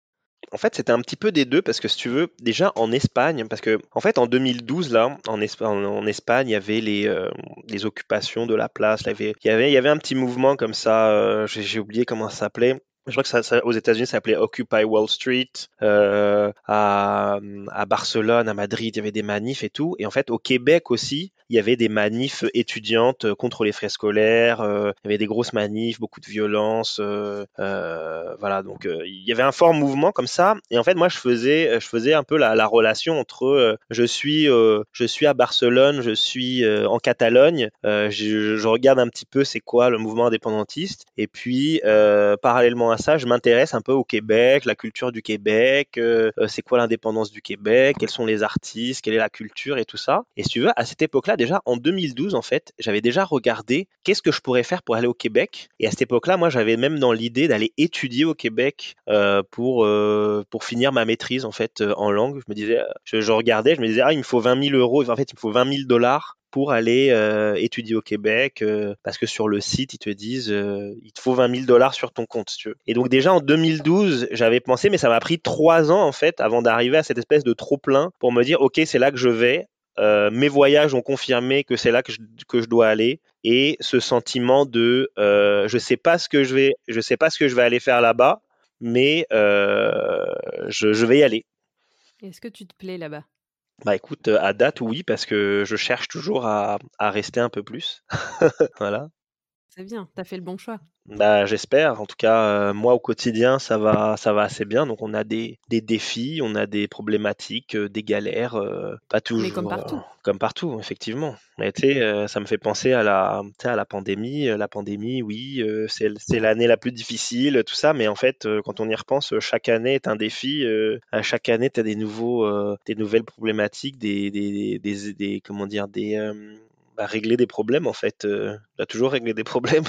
Speaker 2: En fait, c'était un petit peu des deux parce que si tu veux, déjà en Espagne, parce que en fait en deux mille douze là, en, Espa- en- en Espagne, il y avait les, euh, les occupations de la place, il y avait, il y avait, il y avait un petit mouvement comme ça, euh, j'ai j'ai oublié comment ça s'appelait. Je crois que ça, ça- aux États-Unis, ça s'appelait Occupy Wall Street. Euh, à, à Barcelone, à Madrid, il y avait des manifs et tout. Et en fait, au Québec aussi, il y avait des manifs étudiantes contre les frais scolaires. Euh, il y avait des grosses manifs, beaucoup de violence. Euh, euh, voilà, donc euh, il y avait un fort mouvement comme ça. Et en fait, moi, je faisais, je faisais un peu la, la relation entre euh, je suis, euh, je suis à Barcelone, je suis euh, en Catalogne. Euh, je, je regarde un petit peu c'est quoi le mouvement indépendantiste. Et puis, euh, parallèlement à ça, je m'intéresse un peu au Québec, la culture du Québec, euh, euh, c'est quoi l'indépendance du Québec, quels sont les artistes, quelle est la culture et tout ça. Et si tu veux, à cette époque-là, déjà en deux mille douze, en fait, j'avais déjà regardé qu'est-ce que je pourrais faire pour aller au Québec. Et à cette époque-là, moi, j'avais même dans l'idée d'aller étudier au Québec euh, pour, euh, pour finir ma maîtrise, en fait, euh, en langue. Je me disais, euh, je, je regardais, je me disais, ah, il me faut vingt mille euros. En fait, il me faut vingt mille dollars pour aller euh, étudier au Québec, euh, parce que sur le site, ils te disent, euh, il te faut vingt mille dollars sur ton compte, si tu veux. Et donc déjà en deux mille douze, j'avais pensé, mais ça m'a pris trois ans en fait avant d'arriver à cette espèce de trop-plein pour me dire, ok, c'est là que je vais. Euh, mes voyages ont confirmé que c'est là que je, que je dois aller. Et ce sentiment de, euh, je sais pas ce que je vais, je sais pas ce que je vais aller faire là-bas, mais euh, je, je vais y aller.
Speaker 1: Est-ce que tu te plais là-bas?
Speaker 2: Bah écoute, à date, oui, parce que je cherche toujours à, à rester un peu plus. Voilà.
Speaker 1: C'est bien, t'as fait le bon choix.
Speaker 2: Bah, j'espère. En tout cas, euh, moi au quotidien, ça va, ça va assez bien. Donc, on a des, des défis, on a des problématiques, euh, des galères, euh, pas
Speaker 1: Mais comme
Speaker 2: toujours euh,
Speaker 1: partout.
Speaker 2: comme partout, effectivement. Mais tu sais, euh, ça me fait penser à la, tu sais, à la pandémie. Euh, La pandémie, oui, euh, c'est, c'est l'année la plus difficile, tout ça. Mais en fait, euh, quand on y repense, euh, chaque année est un défi. Euh, à chaque année, tu as des nouveaux, euh, des nouvelles problématiques, des, des, des, des, des- comment dire, des euh, bah, régler des problèmes en fait. Euh, on a toujours régler des problèmes.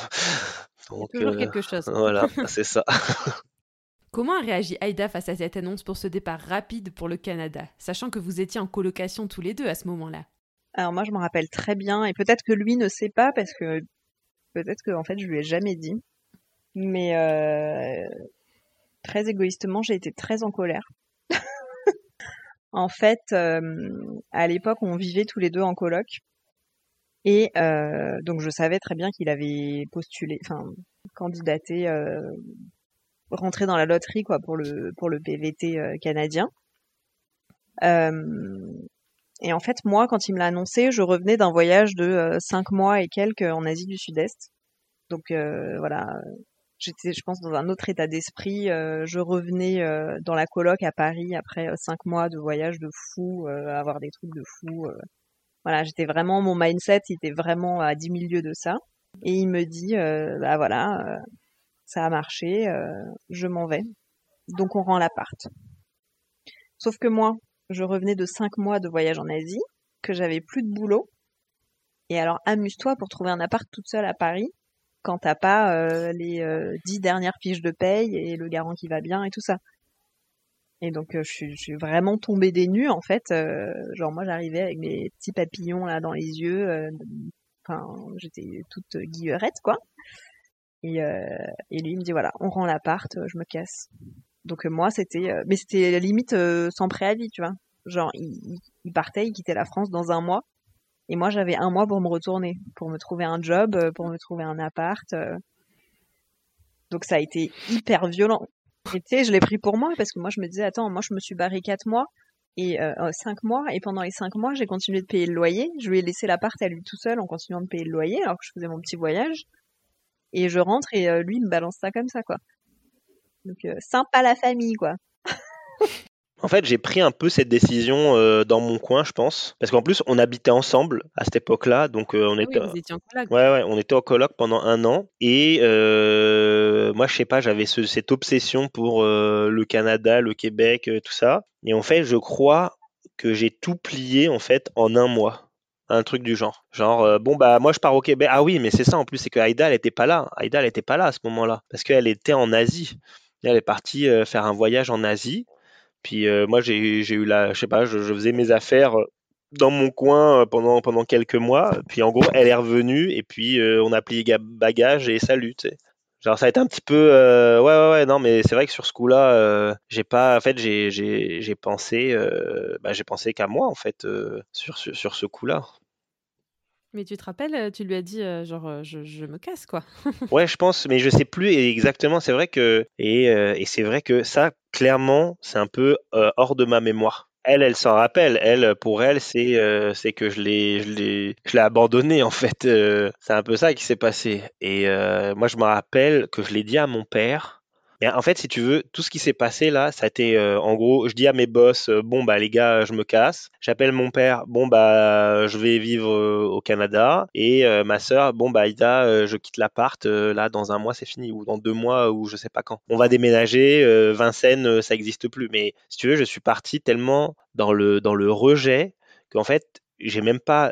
Speaker 1: Il y a
Speaker 2: Donc
Speaker 1: toujours
Speaker 2: euh,
Speaker 1: quelque chose.
Speaker 2: voilà, c'est ça.
Speaker 1: Comment a réagi Aïda face à cette annonce pour ce départ rapide pour le Canada, sachant que vous étiez en colocation tous les deux à ce moment-là?
Speaker 3: Alors moi, je m'en rappelle très bien, et peut-être que lui ne sait pas, parce que peut-être que en fait, je lui ai jamais dit. Mais euh, très égoïstement, j'ai été très en colère. En fait, euh, à l'époque, on vivait tous les deux en coloc. Et euh, donc, je savais très bien qu'il avait postulé, enfin, candidaté, euh, rentré dans la loterie, quoi, pour le, pour le P V T euh, canadien. Euh, et en fait, moi, quand il me l'a annoncé, je revenais d'un voyage de euh, cinq mois et quelques en Asie du Sud-Est. Donc, euh, voilà, j'étais, je pense, dans un autre état d'esprit. Euh, je revenais euh, dans la coloc à Paris après euh, cinq mois de voyage de fou, euh, avoir des trucs de fou. Euh. Voilà, j'étais vraiment, mon mindset, il était vraiment à dix mille lieues de ça. Et il me dit, euh, bah voilà, euh, ça a marché, euh, je m'en vais. Donc on rend l'appart. Sauf que moi, je revenais de cinq mois de voyage en Asie, que j'avais plus de boulot. Et alors, amuse-toi pour trouver un appart toute seule à Paris quand t'as pas euh, les euh, dix dernières fiches de paye et le garant qui va bien et tout ça. Et donc, euh, je, suis, je suis vraiment tombée des nues, en fait. Euh, genre, moi, j'arrivais avec mes petits papillons là dans les yeux. euh, Enfin, j'étais toute guillerette, quoi. Et, euh, et lui, il me dit, voilà, on rend l'appart, euh, je me casse. Donc, euh, moi, c'était... euh, mais c'était la limite euh, sans préavis, tu vois. Genre, il, il- il partait, il quittait la France dans un mois. Et moi, j'avais un mois pour me retourner, pour me trouver un job, euh, pour me trouver un appart. euh. Donc, ça a été hyper violent. Et tu sais, je l'ai pris pour moi, parce que moi, je me disais, attends, moi, je me suis barré quatre mois et euh, euh, cinq mois, et pendant les cinq mois, j'ai continué de payer le loyer. Je lui ai laissé l'appart à lui tout seul en continuant de payer le loyer, alors que je faisais mon petit voyage. Et je rentre et euh, lui, il me balance ça comme ça, quoi. Donc, euh, sympa la famille, quoi.
Speaker 2: En fait, j'ai pris un peu cette décision euh, dans mon coin, je pense. Parce qu'en plus, on habitait ensemble à cette époque-là. Donc, euh, on
Speaker 1: Ah
Speaker 2: était,
Speaker 1: oui, vous étiez en coloc.
Speaker 2: ouais, ouais, on était en coloc pendant un an. Et euh, moi, je sais pas, j'avais ce- cette obsession pour euh, le Canada, le Québec, euh, tout ça. Et en fait, je crois que j'ai tout plié en fait en un mois. Un truc du genre. Genre, euh, bon, bah, moi, je pars au Québec. Ah oui, mais c'est ça en plus, c'est que Aïda, elle était pas là. Aïda, elle était pas là à ce moment-là. Parce qu'elle était en Asie. Elle est partie euh, faire un voyage en Asie. Puis euh, moi, j'ai j'ai eu la, je sais pas, je, je faisais mes affaires euh, dans mon coin euh, pendant, pendant quelques mois. Puis en gros, elle est revenue et puis euh, on a plié ga- bagages et salut, tu sais. Genre ça a été un petit peu, euh, ouais, ouais, ouais, non, mais c'est vrai que sur ce coup-là, euh, j'ai pas, en fait, j'ai, j'ai, j'ai pensé, euh, bah, j'ai pensé qu'à moi, en fait, euh, sur, sur, sur ce coup-là.
Speaker 1: Mais tu te rappelles, euh, tu lui as dit, euh, genre, euh, je, je me casse, quoi.
Speaker 2: Ouais, je pense, mais je sais plus exactement. C'est vrai que et, euh, et c'est vrai que ça, clairement, c'est un peu euh, hors de ma mémoire. Elle, elle s'en rappelle. Elle, pour elle, c'est euh, c'est que je l'ai je l'ai je l'ai abandonné en fait. Euh, c'est un peu ça qui s'est passé. Et euh, moi, je me rappelle que je l'ai dit à mon père. Mais en fait, si tu veux, tout ce qui s'est passé là, ça a été euh, en gros, je dis à mes boss, euh, bon bah les gars, je me casse. J'appelle mon père, bon bah je vais vivre euh, au Canada. Et euh, ma sœur, bon bah Ida, euh, je quitte l'appart, euh, là dans un mois c'est fini, ou dans deux mois, ou je sais pas quand. On va déménager, euh, Vincennes, euh, ça existe plus. Mais si tu veux, je suis parti tellement dans le dans le rejet qu'en fait, j'ai même pas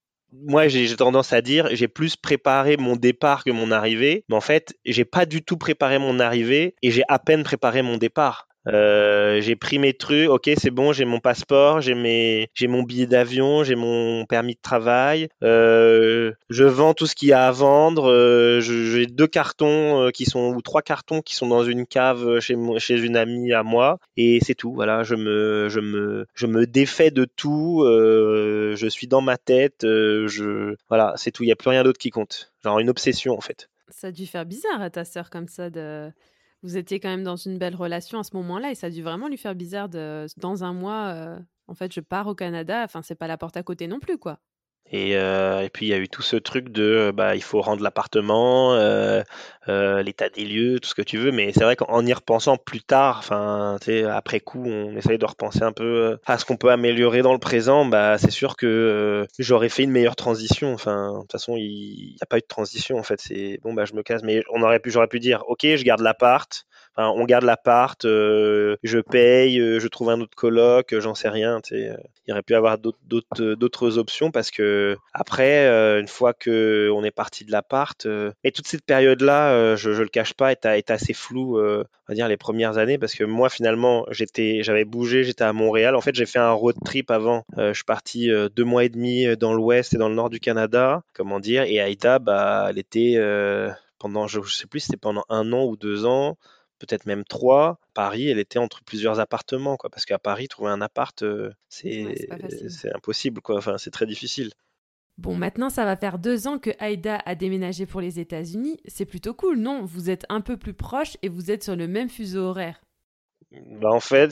Speaker 2: moi, j'ai j'ai tendance à dire, j'ai plus préparé mon départ que mon arrivée, mais en fait, j'ai pas du tout préparé mon arrivée et j'ai à peine préparé mon départ. Euh, j'ai pris mes trucs, ok, c'est bon, j'ai mon passeport, j'ai mes, j'ai mon billet d'avion, j'ai mon permis de travail. Euh, je vends tout ce qu'il y a à vendre. Euh, je- j'ai deux cartons euh, qui sont ou trois cartons qui sont dans une cave chez mo- chez une amie à moi et c'est tout. Voilà, je me, je me, je me défais de tout. Euh, je suis dans ma tête. Euh, je, voilà, c'est tout. Il y a plus rien d'autre qui compte. Genre une obsession en fait.
Speaker 1: Ça a dû faire bizarre à ta sœur comme ça de... Vous étiez quand même dans une belle relation à ce moment-là et ça a dû vraiment lui faire bizarre de... Dans un mois, euh, en fait, je pars au Canada. Enfin, c'est pas la porte à côté non plus, quoi.
Speaker 2: Et, euh, et puis il y a eu tout ce truc de euh, bah il faut rendre l'appartement, euh, euh, l'état des lieux, tout ce que tu veux. Mais c'est vrai qu'en y repensant plus tard, enfin tu sais après coup, on essaye de repenser un peu euh, à ce qu'on peut améliorer dans le présent. Bah c'est sûr que euh, j'aurais fait une meilleure transition. Enfin de toute façon il n'y a pas eu de transition en fait. C'est bon bah je me casse. Mais on aurait pu, j'aurais pu dire ok je garde l'appart. Enfin, on garde l'appart, euh, je paye, euh, je trouve un autre coloc, euh, j'en sais rien. Tu sais, euh, il y aurait pu avoir d'autres d'autres euh, d'autres options parce que après, euh, une fois que on est parti de l'appart, euh, et toute cette période-là, euh, je, je le cache pas, est, est assez floue, euh, on va dire les premières années, parce que moi finalement, j'étais, j'avais bougé, j'étais à Montréal. En fait, j'ai fait un road trip avant. Euh, je suis parti euh, deux mois et demi dans l'Ouest et dans le Nord du Canada, comment dire. Et Aïda, bah, elle était euh, pendant, je, je sais plus, si c'était pendant un an ou deux ans peut-être même trois. Paris, elle était entre plusieurs appartements, quoi, parce qu'à Paris, trouver un appart, euh,
Speaker 1: Ouais, c'est
Speaker 2: c'est
Speaker 1: pas facile.
Speaker 2: c'est impossible, quoi. Enfin, c'est très difficile.
Speaker 1: Bon, maintenant, ça va faire deux ans que Aïda a déménagé pour les États-Unis. C'est plutôt cool, non? Vous êtes un peu plus proches et vous êtes sur le même fuseau horaire.
Speaker 2: Bah, en fait,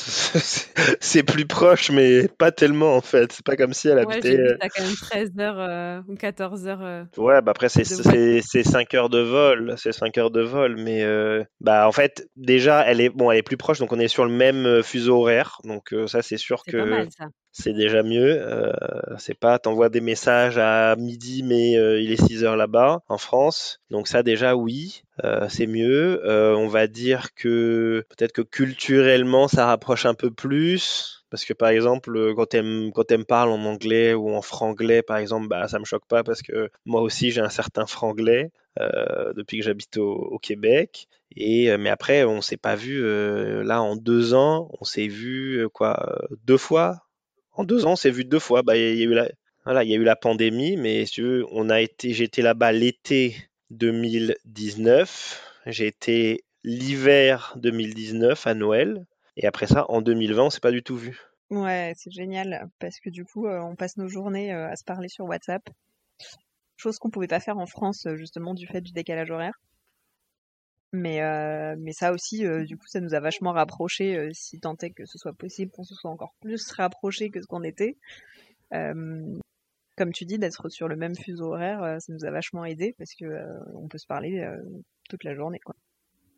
Speaker 2: c'est plus proche, mais pas tellement, en fait. C'est pas comme si elle
Speaker 1: Ouais,
Speaker 2: habitait.
Speaker 1: j'ai vu,
Speaker 2: euh,
Speaker 1: t'as quand même treize heures euh, ou quatorze heures euh,
Speaker 2: Ouais, bah après, c'est
Speaker 1: de voiture.
Speaker 2: c'est c'est cinq heures de vol. C'est cinq heures de vol, mais euh, bah en fait, déjà, elle est bon, elle est plus proche, donc on est sur le même euh, fuseau horaire. Donc euh, ça, c'est sûr
Speaker 1: C'est pas
Speaker 2: que
Speaker 1: mal, ça.
Speaker 2: c'est déjà mieux. Euh, c'est pas, t'envoies des messages à midi, mais euh, il est six heures là-bas, en France. Donc ça, déjà, oui, euh, c'est mieux. Euh, on va dire que peut-être que culturellement, ça rapproche un peu plus. Parce que par exemple, euh, quand elle, m- quand elle me parle en anglais ou en franglais, par exemple, bah, ça me choque pas parce que moi aussi j'ai un certain franglais euh, depuis que j'habite au, au Québec. Et euh, mais après, on s'est pas vu euh, là en deux ans. On s'est vu euh, quoi euh, deux fois. En deux ans, on s'est vu deux fois. Bah, il y, a il y a eu la, voilà, il y a eu la pandémie, mais si tu veux, on a été, j'étais là-bas l'été deux mille dix-neuf. J'ai été l'hiver deux mille dix-neuf à Noël. Et après ça, en deux mille vingt, on s'est pas du tout vu.
Speaker 3: Ouais, c'est génial parce que du coup, euh, on passe nos journées euh, à se parler sur WhatsApp, chose qu'on pouvait pas faire en France euh, justement du fait du décalage horaire. Mais, euh, mais ça aussi, euh, du coup, ça nous a vachement rapprochés, euh, si tant est que ce soit possible, qu'on se soit encore plus rapprochés que ce qu'on était. Euh, Comme tu dis, d'être sur le même fuseau horaire, euh, ça nous a vachement aidé parce que euh, on peut se parler euh, toute la journée, quoi.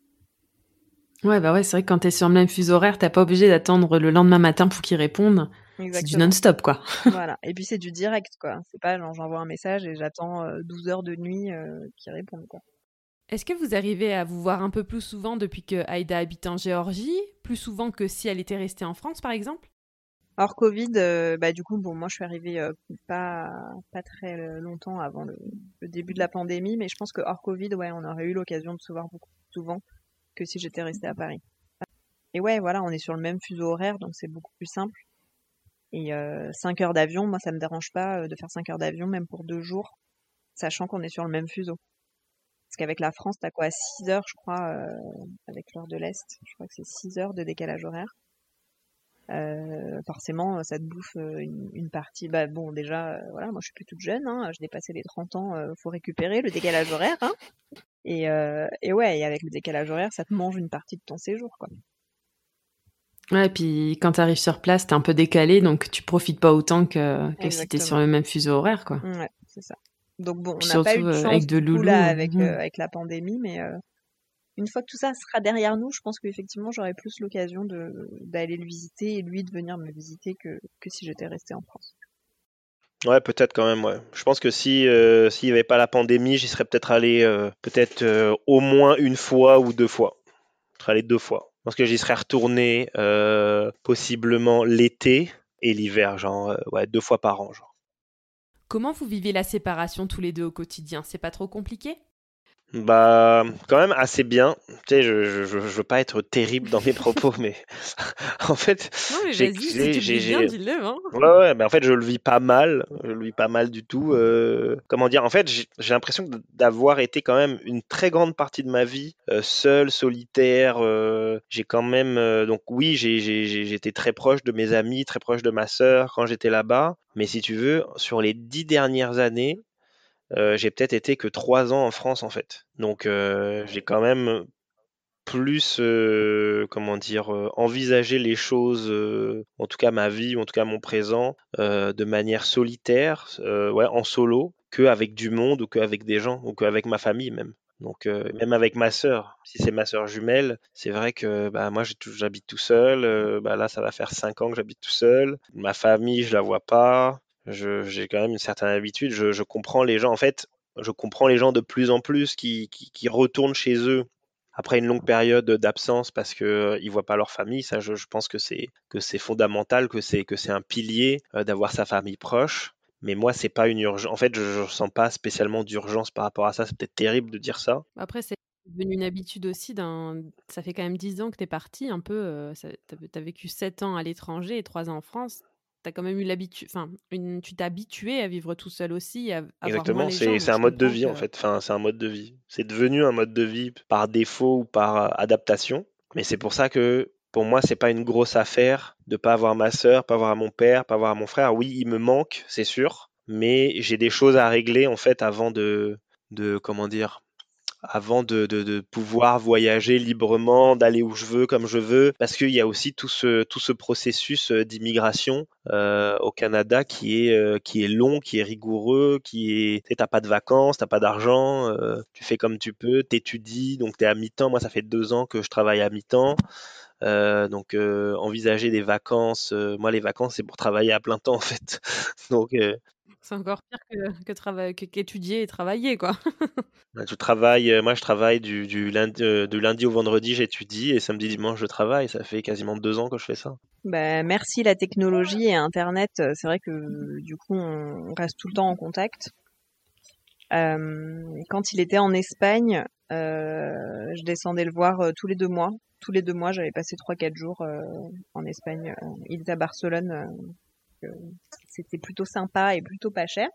Speaker 1: Ouais, bah ouais, c'est vrai que quand t'es sur le même fuseau horaire, t'as pas obligé d'attendre le lendemain matin pour qu'ils répondent. C'est du
Speaker 3: Exactement.
Speaker 1: non-stop, quoi.
Speaker 3: Voilà. Et puis c'est du direct, quoi. C'est pas genre j'envoie un message et j'attends euh, douze heures de nuit euh, qu'ils répondent, quoi.
Speaker 1: Est-ce que vous arrivez à vous voir un peu plus souvent depuis que Aïda habite en Géorgie, plus souvent que si elle était restée en France, par exemple?
Speaker 3: Hors Covid, euh, bah du coup, bon, moi je suis arrivée euh, pas pas très euh, longtemps avant le, le début de la pandémie, mais je pense que hors Covid, ouais, on aurait eu l'occasion de se voir beaucoup plus souvent que si j'étais restée à Paris. Et ouais, voilà, on est sur le même fuseau horaire, donc c'est beaucoup plus simple. Et euh, cinq heures d'avion, moi ça me dérange pas euh, de faire cinq heures d'avion, même pour deux jours, sachant qu'on est sur le même fuseau. Parce qu'avec la France, t'as quoi, six heures, je crois, euh, avec l'heure de l'Est, je crois que c'est six heures de décalage horaire. Euh, forcément, ça te bouffe euh, une, une partie. Bah bon, déjà, euh, voilà, moi je suis plus toute jeune, hein, j'ai dépassé les trente ans, euh, faut récupérer le décalage horaire, hein. Et, euh, et ouais, et avec le décalage horaire, ça te mange une partie de ton séjour, quoi.
Speaker 1: Ouais, et puis quand t'arrives sur place, t'es un peu décalé, donc tu profites pas autant que, que si t'es sur
Speaker 3: Exactement.
Speaker 1: le même fuseau horaire, quoi.
Speaker 3: Ouais, c'est ça. Donc bon, on
Speaker 1: Puis
Speaker 3: n'a pas eu
Speaker 1: surtout
Speaker 3: de
Speaker 1: euh,
Speaker 3: chance
Speaker 1: avec de
Speaker 3: du coup
Speaker 1: loulou.
Speaker 3: là
Speaker 1: euh,
Speaker 3: avec
Speaker 1: mhm.
Speaker 3: euh, avec la pandémie, mais euh, une fois que tout ça sera derrière nous, je pense qu'effectivement j'aurai plus l'occasion de d'aller le visiter et lui de venir me visiter que que si j'étais restée en France.
Speaker 2: Ouais, peut-être quand même, ouais. Je pense que si euh, s'il n'y avait pas la pandémie, j'y serais peut-être allé euh, peut-être euh, au moins une fois ou deux fois. Je serais allé deux fois. Je pense que j'y serais retourné euh, possiblement l'été et l'hiver, genre euh, ouais, deux fois par an, genre.
Speaker 1: Comment vous vivez la séparation tous les deux au quotidien? C'est pas trop compliqué?
Speaker 2: Bah, quand même assez bien. Tu sais, je, je, je, je veux pas être terrible dans mes propos, mais en fait,
Speaker 1: Non mais
Speaker 2: j'ai,
Speaker 1: vas-y, si
Speaker 2: j'ai,
Speaker 1: tu le
Speaker 2: j'ai,
Speaker 1: vis bien,
Speaker 2: j'ai-
Speaker 1: dis-le, hein.
Speaker 2: Ouais, ouais, mais en fait, je le vis pas mal. Je le vis pas mal du tout. Euh, comment dire? En fait, j'ai j'ai l'impression de- d'avoir été quand même une très grande partie de ma vie euh, seul, solitaire. Euh, j'ai quand même, euh, donc oui, j'ai, j'ai, j'ai- j'étais très proche de mes amis, très proche de ma sœur quand j'étais là-bas. Mais si tu veux, sur les dix dernières années, euh, j'ai peut-être été que trois ans en France, en fait. Donc, euh, j'ai quand même plus, euh, comment dire, euh, envisager les choses, euh, en tout cas ma vie, ou en tout cas mon présent, euh, de manière solitaire, euh, ouais, en solo, qu'avec du monde ou qu'avec des gens, ou qu'avec ma famille même. Donc, euh, même avec ma sœur, si c'est ma sœur jumelle, c'est vrai que bah, moi j'ai tout- j'habite tout seul, euh, bah, là ça va faire cinq ans que j'habite tout seul, ma famille je la vois pas, je- j'ai quand même une certaine habitude, je, je comprends les gens, en fait, je comprends les gens de plus en plus qui, qui, qui retournent chez eux après une longue période d'absence parce que euh, ils voient pas leur famille. Ça, je, je pense que c'est que c'est fondamental, que c'est que c'est un pilier euh, d'avoir sa famille proche. Mais moi, c'est pas une urgence. En fait, je, je ressens pas spécialement d'urgence par rapport à ça. C'est peut-être terrible de dire ça.
Speaker 1: Après, c'est devenu une habitude aussi d'un... Ça fait quand même dix ans que t'es parti, un peu. euh, ça- T'as t'as vécu sept ans à l'étranger et trois ans en France. T'as quand même eu l'habitude... Enfin, une... tu t'es habitué à vivre tout seul aussi, à, à voir moins
Speaker 2: Exactement.
Speaker 1: les gens.
Speaker 2: C'est c'est
Speaker 1: Donc,
Speaker 2: un
Speaker 1: je
Speaker 2: mode de
Speaker 1: comprends
Speaker 2: vie en
Speaker 1: que...
Speaker 2: fait. Enfin, c'est un mode de vie. C'est devenu un mode de vie par défaut ou par euh, adaptation. Mais c'est pour ça que pour moi, c'est pas une grosse affaire de pas avoir ma sœur, pas avoir mon père, pas avoir mon frère. Oui, il me manque, c'est sûr, mais j'ai des choses à régler en fait avant de, de comment dire, avant de, de- de pouvoir voyager librement, d'aller où je veux, comme je veux, parce qu'il y a aussi tout ce, tout ce processus euh, d'immigration euh, au Canada qui est, euh, qui est long, qui est rigoureux, qui est, tu sais, t'as pas de vacances, t'as pas d'argent, euh, tu fais comme tu peux, t'étudies, donc t'es à mi-temps. Moi, ça fait deux ans que je travaille à mi-temps. Euh, donc euh, envisager des vacances, euh, moi les vacances c'est pour travailler à plein temps en fait. Donc euh,
Speaker 1: C'est encore pire que, que trava- que- qu'étudier et travailler, quoi.
Speaker 2: bah, je travaille, euh, moi je travaille du, du lundi, euh, du lundi au vendredi, j'étudie et samedi dimanche je travaille. Ça fait quasiment deux ans que je fais ça.
Speaker 3: Bah, merci la technologie et Internet. euh, C'est vrai que du coup, on on reste tout le temps en contact. Euh, quand il était en Espagne, euh, je descendais le voir euh, tous les deux mois. Tous les deux mois, j'avais passé trois quatre jours euh, en Espagne. Euh, Il était à Barcelone. euh, euh, C'était plutôt sympa et plutôt pas cher.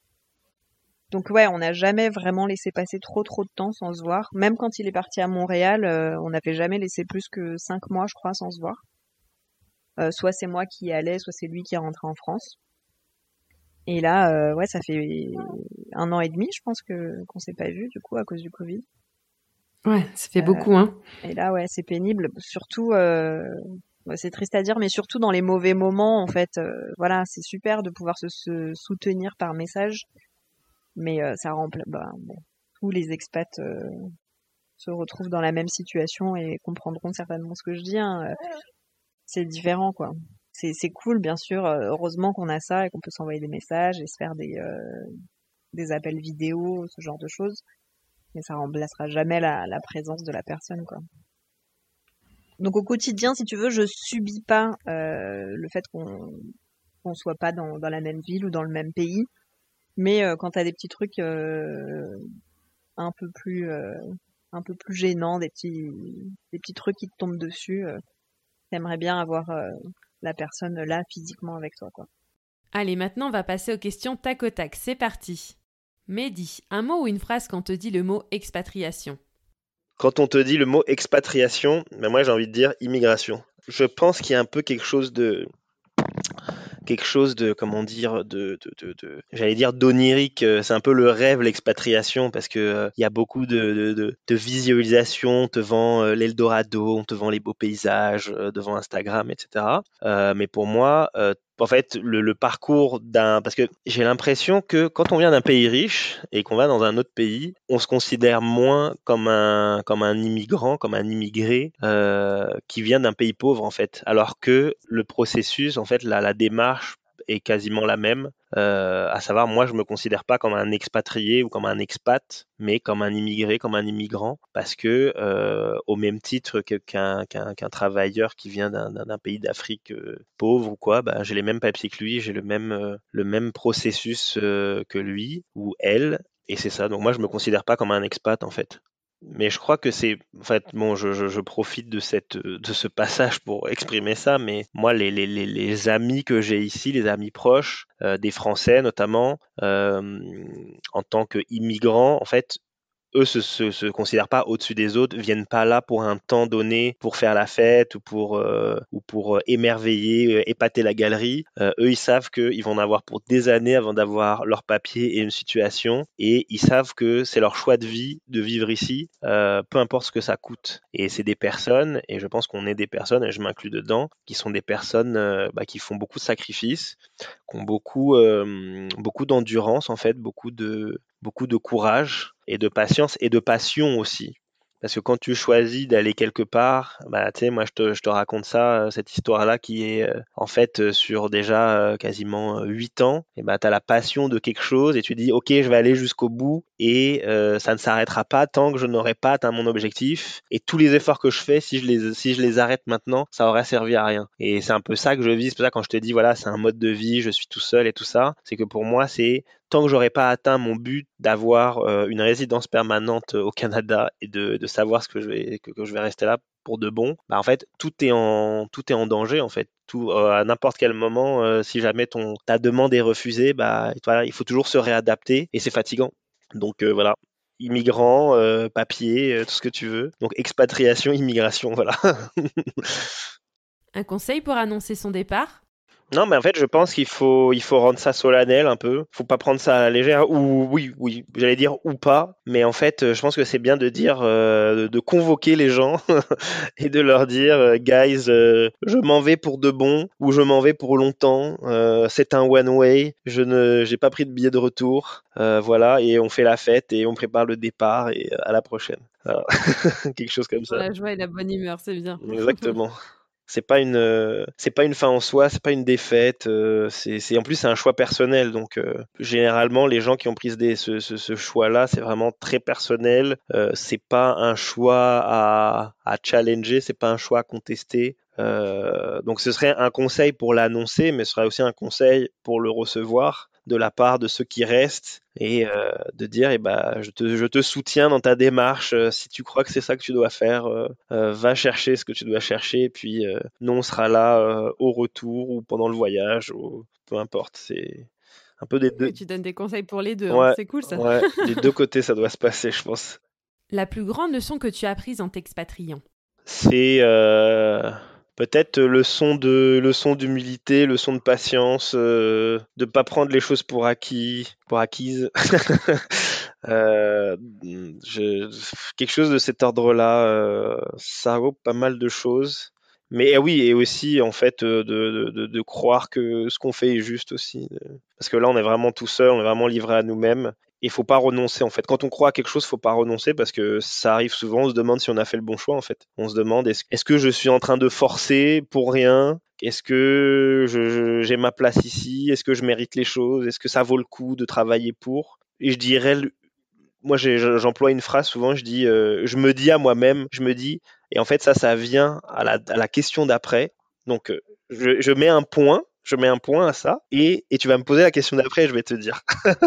Speaker 3: Donc ouais, on n'a jamais vraiment laissé passer trop trop de temps sans se voir. Même quand il est parti à Montréal, euh, on n'avait jamais laissé plus que cinq mois, je crois, sans se voir. Euh, soit c'est moi qui y allais, soit c'est lui qui est rentré en France. Et là, euh, ouais, ça fait un an et demi, je pense que qu'on s'est pas vu du coup à cause du Covid.
Speaker 1: Ouais, ça fait
Speaker 3: Euh,
Speaker 1: beaucoup, hein.
Speaker 3: et là, ouais, c'est pénible. Surtout, euh, ouais, c'est triste à dire, mais surtout dans les mauvais moments, en fait. Euh, voilà, c'est super de pouvoir se, se soutenir par message, mais euh, ça remplace. Bah, bon, tous les expats euh, se retrouvent dans la même situation et comprendront certainement ce que je dis. Hein. Euh, C'est différent, quoi. C'est c'est cool, bien sûr. euh, Heureusement qu'on a ça et qu'on peut s'envoyer des messages et se faire des euh, des appels vidéo, ce genre de choses. Mais ça remplacera jamais la, la présence de la personne, quoi. Donc au quotidien, si tu veux, je subis pas euh, le fait qu'on qu'on soit pas dans, dans la même ville ou dans le même pays. Mais euh, quand t'as des petits trucs euh, un peu plus euh, un peu plus gênants, des petits des petits trucs qui te tombent dessus, euh, t'aimerais bien avoir euh, la personne là physiquement avec toi, quoi.
Speaker 1: Allez, maintenant, on va passer aux questions tac au tac. C'est parti. Mehdi, un mot ou une phrase quand on te dit le mot expatriation?
Speaker 2: Quand on te dit le mot expatriation, ben moi j'ai envie de dire immigration. Je pense qu'il y a un peu quelque chose de quelque chose de, comment dire, de, de, de, de- j'allais dire d'onirique. euh, C'est un peu le rêve, l'expatriation, parce que euh, il y a beaucoup de, de, de, de visualisation. On te vend euh, l'Eldorado, on te vend les beaux paysages euh, devant Instagram, et cetera. Euh, mais pour moi, euh, en fait, le, le parcours d'un, parce que j'ai l'impression que quand on vient d'un pays riche et qu'on va dans un autre pays, on se considère moins comme un, comme un immigrant, comme un immigré euh, qui vient d'un pays pauvre en fait, alors que le processus, en fait, la, la démarche est quasiment la même. Euh, à savoir, moi, je me considère pas comme un expatrié ou comme un expat, mais comme un immigré, comme un immigrant, parce que euh, au même titre que- qu'un qu'un qu'un travailleur qui vient d'un d'un- d'un pays d'Afrique euh, pauvre ou quoi, bah, j'ai les mêmes papiers que lui, j'ai le même euh, le même processus euh, que lui ou elle, et c'est ça. Donc moi, je me considère pas comme un expat en fait. Mais je crois que c'est, en fait, bon, je, je- je profite de cette, de ce passage pour exprimer ça, mais moi, les, les, les, les amis que j'ai ici, les amis proches, euh, des Français notamment, euh, en tant qu'immigrants, en fait, eux se, se, se considèrent pas au-dessus des autres, viennent pas là pour un temps donné pour faire la fête ou pour, euh, ou pour euh, émerveiller, euh, épater la galerie. Euh, eux, ils savent qu'ils vont en avoir pour des années avant d'avoir leur papier et une situation, et ils savent que c'est leur choix de vie de vivre ici, euh, peu importe ce que ça coûte. Et c'est des personnes, et je pense qu'on est des personnes, et je m'inclus dedans, qui sont des personnes euh, bah, qui font beaucoup de sacrifices, qui ont beaucoup, euh, beaucoup d'endurance en fait, beaucoup de, beaucoup de courage et de patience et de passion aussi. Parce que quand tu choisis d'aller quelque part, bah, tu sais, moi je te, je te raconte ça, euh, cette histoire-là qui est euh, en fait euh, sur déjà euh, quasiment euh, huit ans, et bah, tu as la passion de quelque chose et tu dis, ok, je vais aller jusqu'au bout et euh, ça ne s'arrêtera pas tant que je n'aurai pas atteint mon objectif. Et tous les efforts que je fais, si je les, si je les arrête maintenant, ça aurait servi à rien. Et c'est un peu ça que je vis. C'est pour ça que quand je te dis, voilà, c'est un mode de vie, je suis tout seul et tout ça, c'est que pour moi, c'est tant que j'aurais pas atteint mon but d'avoir euh, une résidence permanente au Canada et de, de savoir ce que je vais que, que je vais rester là pour de bon, bah en fait tout est en tout est en danger en fait. Tout euh, à n'importe quel moment, euh, si jamais ton ta demande est refusée, bah voilà, il faut toujours se réadapter et c'est fatigant. Donc euh, voilà, immigrant, euh, papier, euh, tout ce que tu veux. Donc expatriation, immigration, voilà.
Speaker 1: Un conseil pour annoncer son départ?
Speaker 2: Non, mais en fait, je pense qu'il faut, il faut rendre ça solennel un peu. Faut pas prendre ça à la légère. Ou oui, oui, j'allais dire ou pas. Mais en fait, euh, je pense que c'est bien de dire, euh, de, de convoquer les gens et de leur dire, euh, guys, euh, je m'en vais pour de bon ou je m'en vais pour longtemps. Euh, c'est un one way. Je ne, j'ai pas pris de billet de retour. Euh, voilà, et on fait la fête et on prépare le départ et euh, à la prochaine. Alors, quelque chose comme
Speaker 1: Pour
Speaker 2: ça.
Speaker 1: la joie et la bonne humeur, c'est bien.
Speaker 2: Exactement. C'est pas une, euh, c'est pas une fin en soi, c'est pas une défaite. euh, c'est, c'est en plus c'est un choix personnel. Donc euh, généralement les gens qui ont pris ce, dé- ce, ce- ce choix-là, c'est vraiment très personnel. Euh, c'est pas un choix à, à challenger, c'est pas un choix à contester. Euh, donc ce serait un conseil pour l'annoncer, mais ce serait aussi un conseil pour le recevoir de la part de ceux qui restent et euh, de dire eh ben, je te, je te soutiens dans ta démarche. euh, si tu crois que c'est ça que tu dois faire, euh, euh, va chercher ce que tu dois chercher et puis euh, nous on sera là euh, au retour ou pendant le voyage ou peu importe. C'est un peu des deux.
Speaker 1: Oui, tu donnes des conseils pour les deux, hein.
Speaker 2: Ouais,
Speaker 1: C'est cool ça.
Speaker 2: ouais, des deux côtés ça doit se passer, je pense.
Speaker 1: La plus grande leçon que tu as apprise en t'expatriant.
Speaker 2: C'est euh, peut-être leçon de leçon d'humilité, leçon de patience, euh, de pas prendre les choses pour acquis, pour acquises. Euh, je- quelque chose de cet ordre-là, euh, ça regroupe pas mal de choses. Mais eh oui, et aussi en fait euh, de, de, de- de croire que ce qu'on fait est juste aussi. euh, Parce que là, on est vraiment tout seul, on est vraiment livré à nous-mêmes. Il faut pas renoncer en fait. Quand on croit à quelque chose, faut pas renoncer parce que ça arrive souvent. On se demande si on a fait le bon choix en fait. On se demande est-ce, est-ce que je suis en train de forcer pour rien? Est-ce que je- je- j'ai ma place ici? Est-ce que je mérite les choses? Est-ce que ça vaut le coup de travailler pour? Et je dirais, moi j'ai- j'emploie une phrase souvent, je dis, euh, je me dis à moi-même, je me dis, et en fait ça, ça vient à la, à la question d'après. Donc euh, je, je mets un point, je mets un point à ça, et, et tu vas me poser la question d'après, et je vais te dire.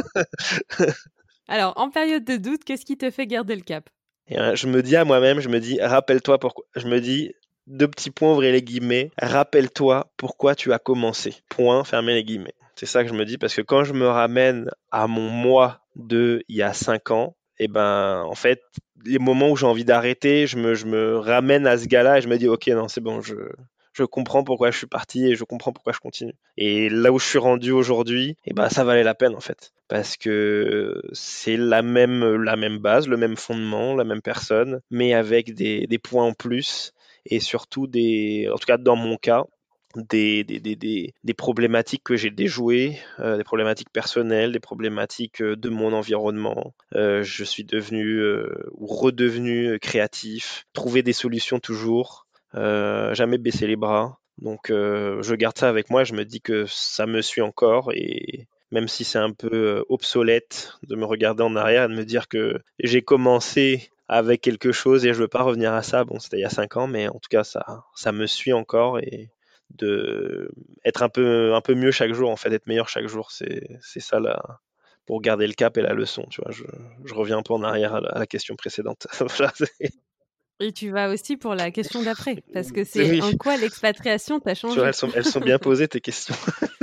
Speaker 1: Alors, en période de doute, qu'est-ce qui te fait garder le cap?
Speaker 2: Et, euh, je me dis à moi-même, je me dis, rappelle-toi pourquoi. Je me dis, deux petits points, ouvrez les guillemets, rappelle-toi pourquoi tu as commencé. Point, fermez les guillemets. C'est ça que je me dis, parce que quand je me ramène à mon moi de il y a cinq ans, et ben, en fait, les moments où j'ai envie d'arrêter, je me, je me ramène à ce gars-là et je me dis, ok, non, c'est bon, je, je comprends pourquoi je suis parti et je comprends pourquoi je continue. Et là où je suis rendu aujourd'hui, et ben, ça valait la peine, en fait. Parce que c'est la même, la même base, le même fondement, la même personne, mais avec des, des points en plus et surtout des, en tout cas dans mon cas, des, des, des, des, des problématiques que j'ai déjouées, euh, des problématiques personnelles, des problématiques euh, de mon environnement. Euh, je suis devenu euh, ou redevenu euh, créatif, trouver des solutions toujours, euh, jamais baisser les bras. Donc euh, je garde ça avec moi, je me dis que ça me suit encore et même si c'est un peu euh, obsolète de me regarder en arrière et de me dire que j'ai commencé avec quelque chose et je veux pas revenir à ça. Bon, c'était il y a cinq ans, mais en tout cas, ça, ça me suit encore et de être un peu, un peu mieux chaque jour, en fait, être meilleur chaque jour, c'est, c'est ça là, pour garder le cap et la leçon, tu vois. Je, je reviens un peu en arrière à la, à la question précédente. Voilà, c'est-
Speaker 1: Et tu vas aussi pour la question d'après, parce que
Speaker 2: c'est-
Speaker 1: c'est
Speaker 2: oui,
Speaker 1: en quoi l'expatriation t'a
Speaker 2: tu vois, elles
Speaker 1: changé.
Speaker 2: sont, elles sont bien posées tes questions.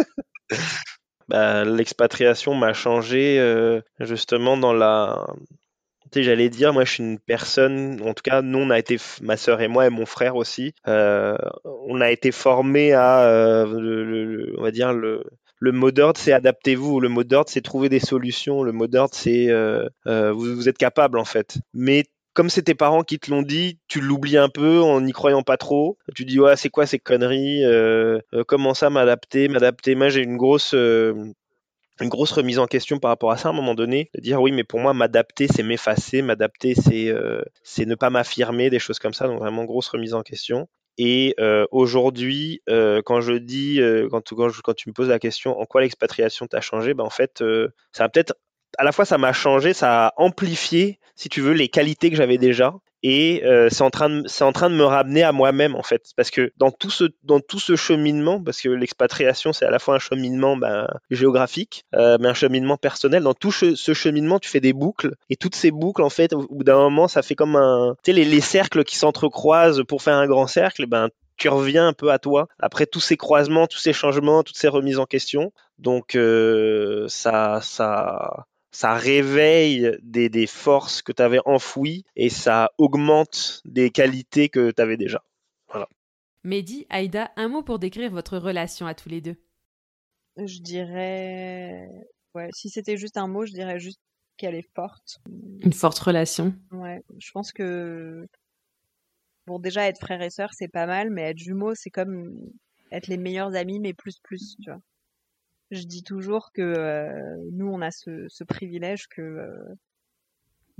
Speaker 2: Bah, l'expatriation m'a changé euh, justement dans la, tu sais, j'allais dire, moi, je suis une personne, en tout cas, nous, on a été, f- ma sœur et moi et mon frère aussi, euh, on a été formés à, euh, le, le- le- on va dire, le, le mot d'ordre, c'est adaptez-vous. Le mot d'ordre, c'est trouver des solutions. Le mot d'ordre, c'est euh, euh, vous, vous êtes capable, en fait. Mais comme c'est tes parents qui te l'ont dit, tu l'oublies un peu en n'y croyant pas trop. Tu dis, ouais, c'est quoi ces conneries? Euh, euh, comment ça m'adapter? M'adapter. Moi, j'ai une grosse, euh, une grosse remise en question par rapport à ça à un moment donné, de dire oui mais pour moi m'adapter c'est m'effacer, m'adapter c'est euh, c'est ne pas m'affirmer, des choses comme ça, donc vraiment grosse remise en question. Et euh, aujourd'hui, euh, quand je dis, euh, quand, quand, je- quand tu me poses la question en quoi l'expatriation t'a changé, ben en fait, euh, ça a peut-être, à la fois ça m'a changé, ça a amplifié, si tu veux, les qualités que j'avais déjà. Et euh, c'est en train de, c'est en train de me ramener à moi-même en fait, parce que dans tout ce, dans tout ce cheminement, parce que l'expatriation c'est à la fois un cheminement ben, géographique, euh, mais un cheminement personnel. Dans tout che- ce cheminement, tu fais des boucles, et toutes ces boucles, en fait, au au bout d'un moment, ça fait comme un, tu sais, les, les cercles qui s'entrecroisent pour faire un grand cercle. Ben, tu reviens un peu à toi après tous ces croisements, tous ces changements, toutes ces remises en question. Donc, euh, ça, ça, ça réveille des, des forces que tu avais enfouies et ça augmente des qualités que tu avais déjà. Voilà.
Speaker 1: Mehdi, Aïda, un mot pour décrire votre relation à tous les deux.
Speaker 3: Je dirais, ouais, si c'était juste un mot, je dirais juste qu'elle est forte.
Speaker 1: Une forte relation.
Speaker 3: Ouais, je pense que, bon, déjà, être frère et sœur, c'est pas mal, mais être jumeaux, c'est comme être les meilleurs amis, mais plus plus, tu vois. Je dis toujours que euh, nous, on a ce, ce privilège que euh,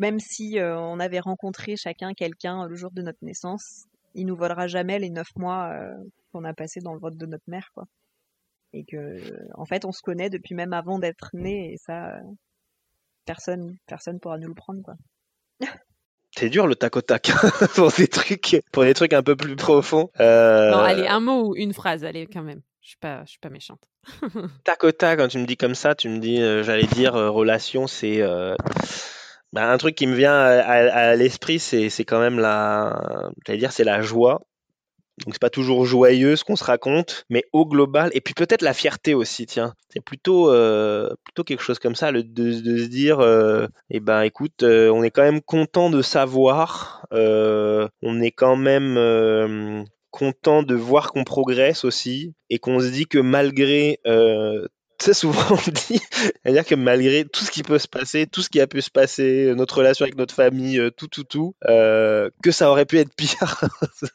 Speaker 3: même si euh, on avait rencontré chacun quelqu'un le jour de notre naissance, il nous volera jamais les neuf mois euh, qu'on a passé dans le ventre de notre mère, quoi. Et que, en fait, on se connaît depuis même avant d'être né, et ça, euh, personne, personne pourra nous le prendre, quoi.
Speaker 2: C'est dur le tac au tac pour des trucs, pour des trucs un peu plus profonds. Euh...
Speaker 1: Non, allez, un mot ou une phrase, allez, quand même. Je suis pas, je suis pas méchante.
Speaker 2: Tac au tac, quand tu me dis comme ça, tu me dis, euh, j'allais dire, euh, relation, c'est euh, bah, un truc qui me vient à, à, à l'esprit, c'est, c'est quand même la, j'allais dire, c'est la joie. Donc c'est pas toujours joyeux ce qu'on se raconte, mais au global, et puis peut-être la fierté aussi, tiens. C'est plutôt, euh, plutôt quelque chose comme ça, le, de, de se dire, euh, eh ben écoute, euh, on est quand même content de savoir, euh, on est quand même euh, content de voir qu'on progresse aussi, et qu'on se dit que malgré... Euh, très souvent on dit, c'est-à-dire que malgré tout ce qui peut se passer, tout ce qui a pu se passer, notre relation avec notre famille, tout, tout, tout, euh, que ça aurait pu être pire.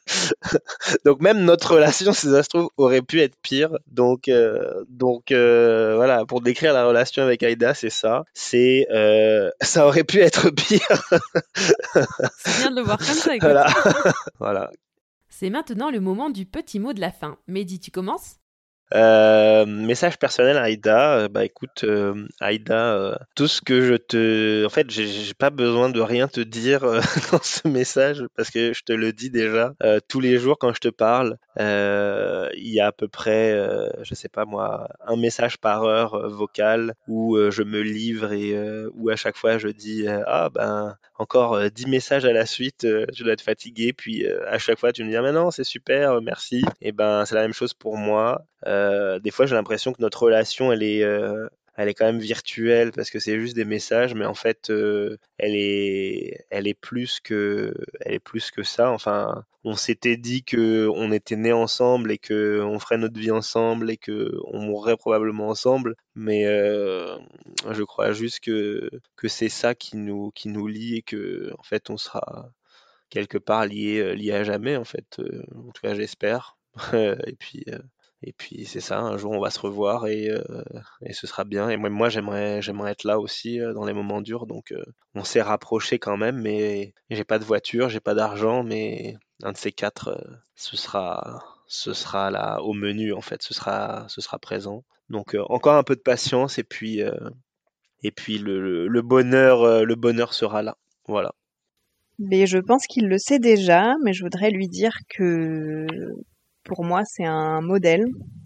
Speaker 2: Donc même notre relation, si ça se trouve, aurait pu être pire. Donc, euh, donc euh, voilà, pour décrire la relation avec Aïda, c'est ça. C'est euh, ça aurait pu être pire.
Speaker 1: C'est bien de le voir comme ça. Écoute.
Speaker 2: Voilà. Voilà.
Speaker 1: C'est maintenant le moment du petit mot de la fin. Mehdi, tu commences ?
Speaker 2: Euh, message personnel à Aïda, euh, bah écoute euh, Aïda, euh, tout ce que je te... En fait, j'ai, j'ai pas besoin de rien te dire euh, dans ce message parce que je te le dis déjà euh, tous les jours quand je te parle. Euh, il y a à peu près, euh, je sais pas moi, un message par heure euh, vocal où euh, je me livre et euh, où à chaque fois je dis euh, ah ben encore euh, dix messages à la suite, euh, je dois être fatigué, puis euh, à chaque fois tu me dis ah mais non c'est super, euh, merci. Et ben c'est la même chose pour moi. Euh, des fois, j'ai l'impression que notre relation, elle est, euh, elle est quand même virtuelle parce que c'est juste des messages, mais en fait, euh, elle est, elle est plus que, elle est plus que ça. Enfin, on s'était dit que on était nés ensemble et que on ferait notre vie ensemble et que on mourrait probablement ensemble, mais euh, je crois juste que que c'est ça qui nous, qui nous lie et que en fait, on sera quelque part lié, lié à jamais. En fait, euh, en tout cas, j'espère. et puis. Euh, Et puis c'est ça, un jour on va se revoir et, euh, et ce sera bien. Et moi, moi j'aimerais, j'aimerais être là aussi euh, dans les moments durs. Donc euh, on s'est rapprochés quand même, mais j'ai pas de voiture, j'ai pas d'argent, mais un de ces quatre, euh, ce sera, ce sera là au menu en fait, ce sera, ce sera présent. Donc euh, encore un peu de patience et puis, euh, et puis le, le, le bonheur, euh, le bonheur sera là. Voilà.
Speaker 3: Mais je pense qu'il le sait déjà, mais je voudrais lui dire que pour moi, c'est un modèle.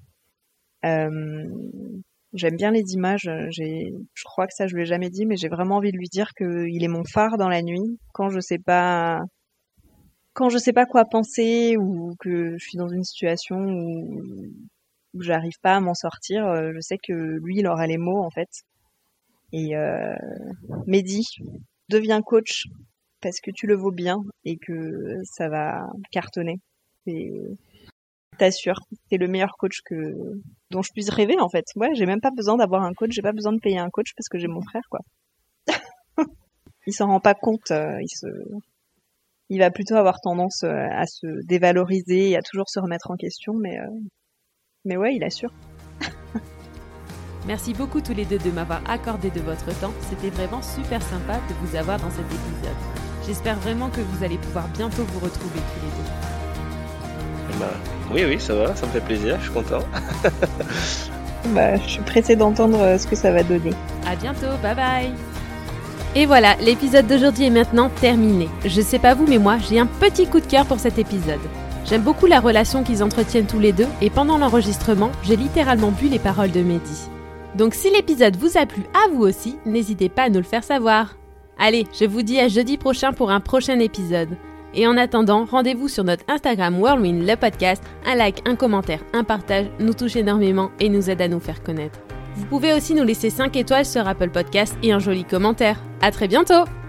Speaker 3: Euh, j'aime bien les images. J'ai, je crois que ça, je lui ai jamais dit, mais j'ai vraiment envie de lui dire qu'il est mon phare dans la nuit. Quand je sais pas, quand je sais pas quoi penser ou que je suis dans une situation où, où j'arrive pas à m'en sortir, je sais que lui, il aura les mots, en fait. Et euh, Mehdi, deviens coach parce que tu le vaux bien et que ça va cartonner. Et t'assure, t'es le meilleur coach que dont je puisse rêver en fait. Ouais, j'ai même pas besoin d'avoir un coach, j'ai pas besoin de payer un coach parce que j'ai mon frère quoi. Il s'en rend pas compte, euh, il se, il va plutôt avoir tendance euh, à se dévaloriser et à toujours se remettre en question, mais euh... mais ouais, il assure.
Speaker 1: Merci beaucoup tous les deux de m'avoir accordé de votre temps. C'était vraiment super sympa de vous avoir dans cet épisode. J'espère vraiment que vous allez pouvoir bientôt vous retrouver tous les deux.
Speaker 2: Bah, oui, oui, ça va, ça me fait plaisir, je suis content.
Speaker 3: Bah, je suis pressée d'entendre ce que ça va donner.
Speaker 1: À bientôt, bye bye. Et voilà, l'épisode d'aujourd'hui est maintenant terminé. Je sais pas vous, mais moi, j'ai un petit coup de cœur pour cet épisode. J'aime beaucoup la relation qu'ils entretiennent tous les deux et pendant l'enregistrement, j'ai littéralement bu les paroles de Mehdi. Donc si l'épisode vous a plu à vous aussi, n'hésitez pas à nous le faire savoir. Allez, je vous dis à jeudi prochain pour un prochain épisode. Et en attendant, rendez-vous sur notre Instagram Whirlwind le podcast. Un like, un commentaire, un partage nous touche énormément et nous aide à nous faire connaître. Vous pouvez aussi nous laisser cinq étoiles sur Apple Podcast et un joli commentaire. À très bientôt!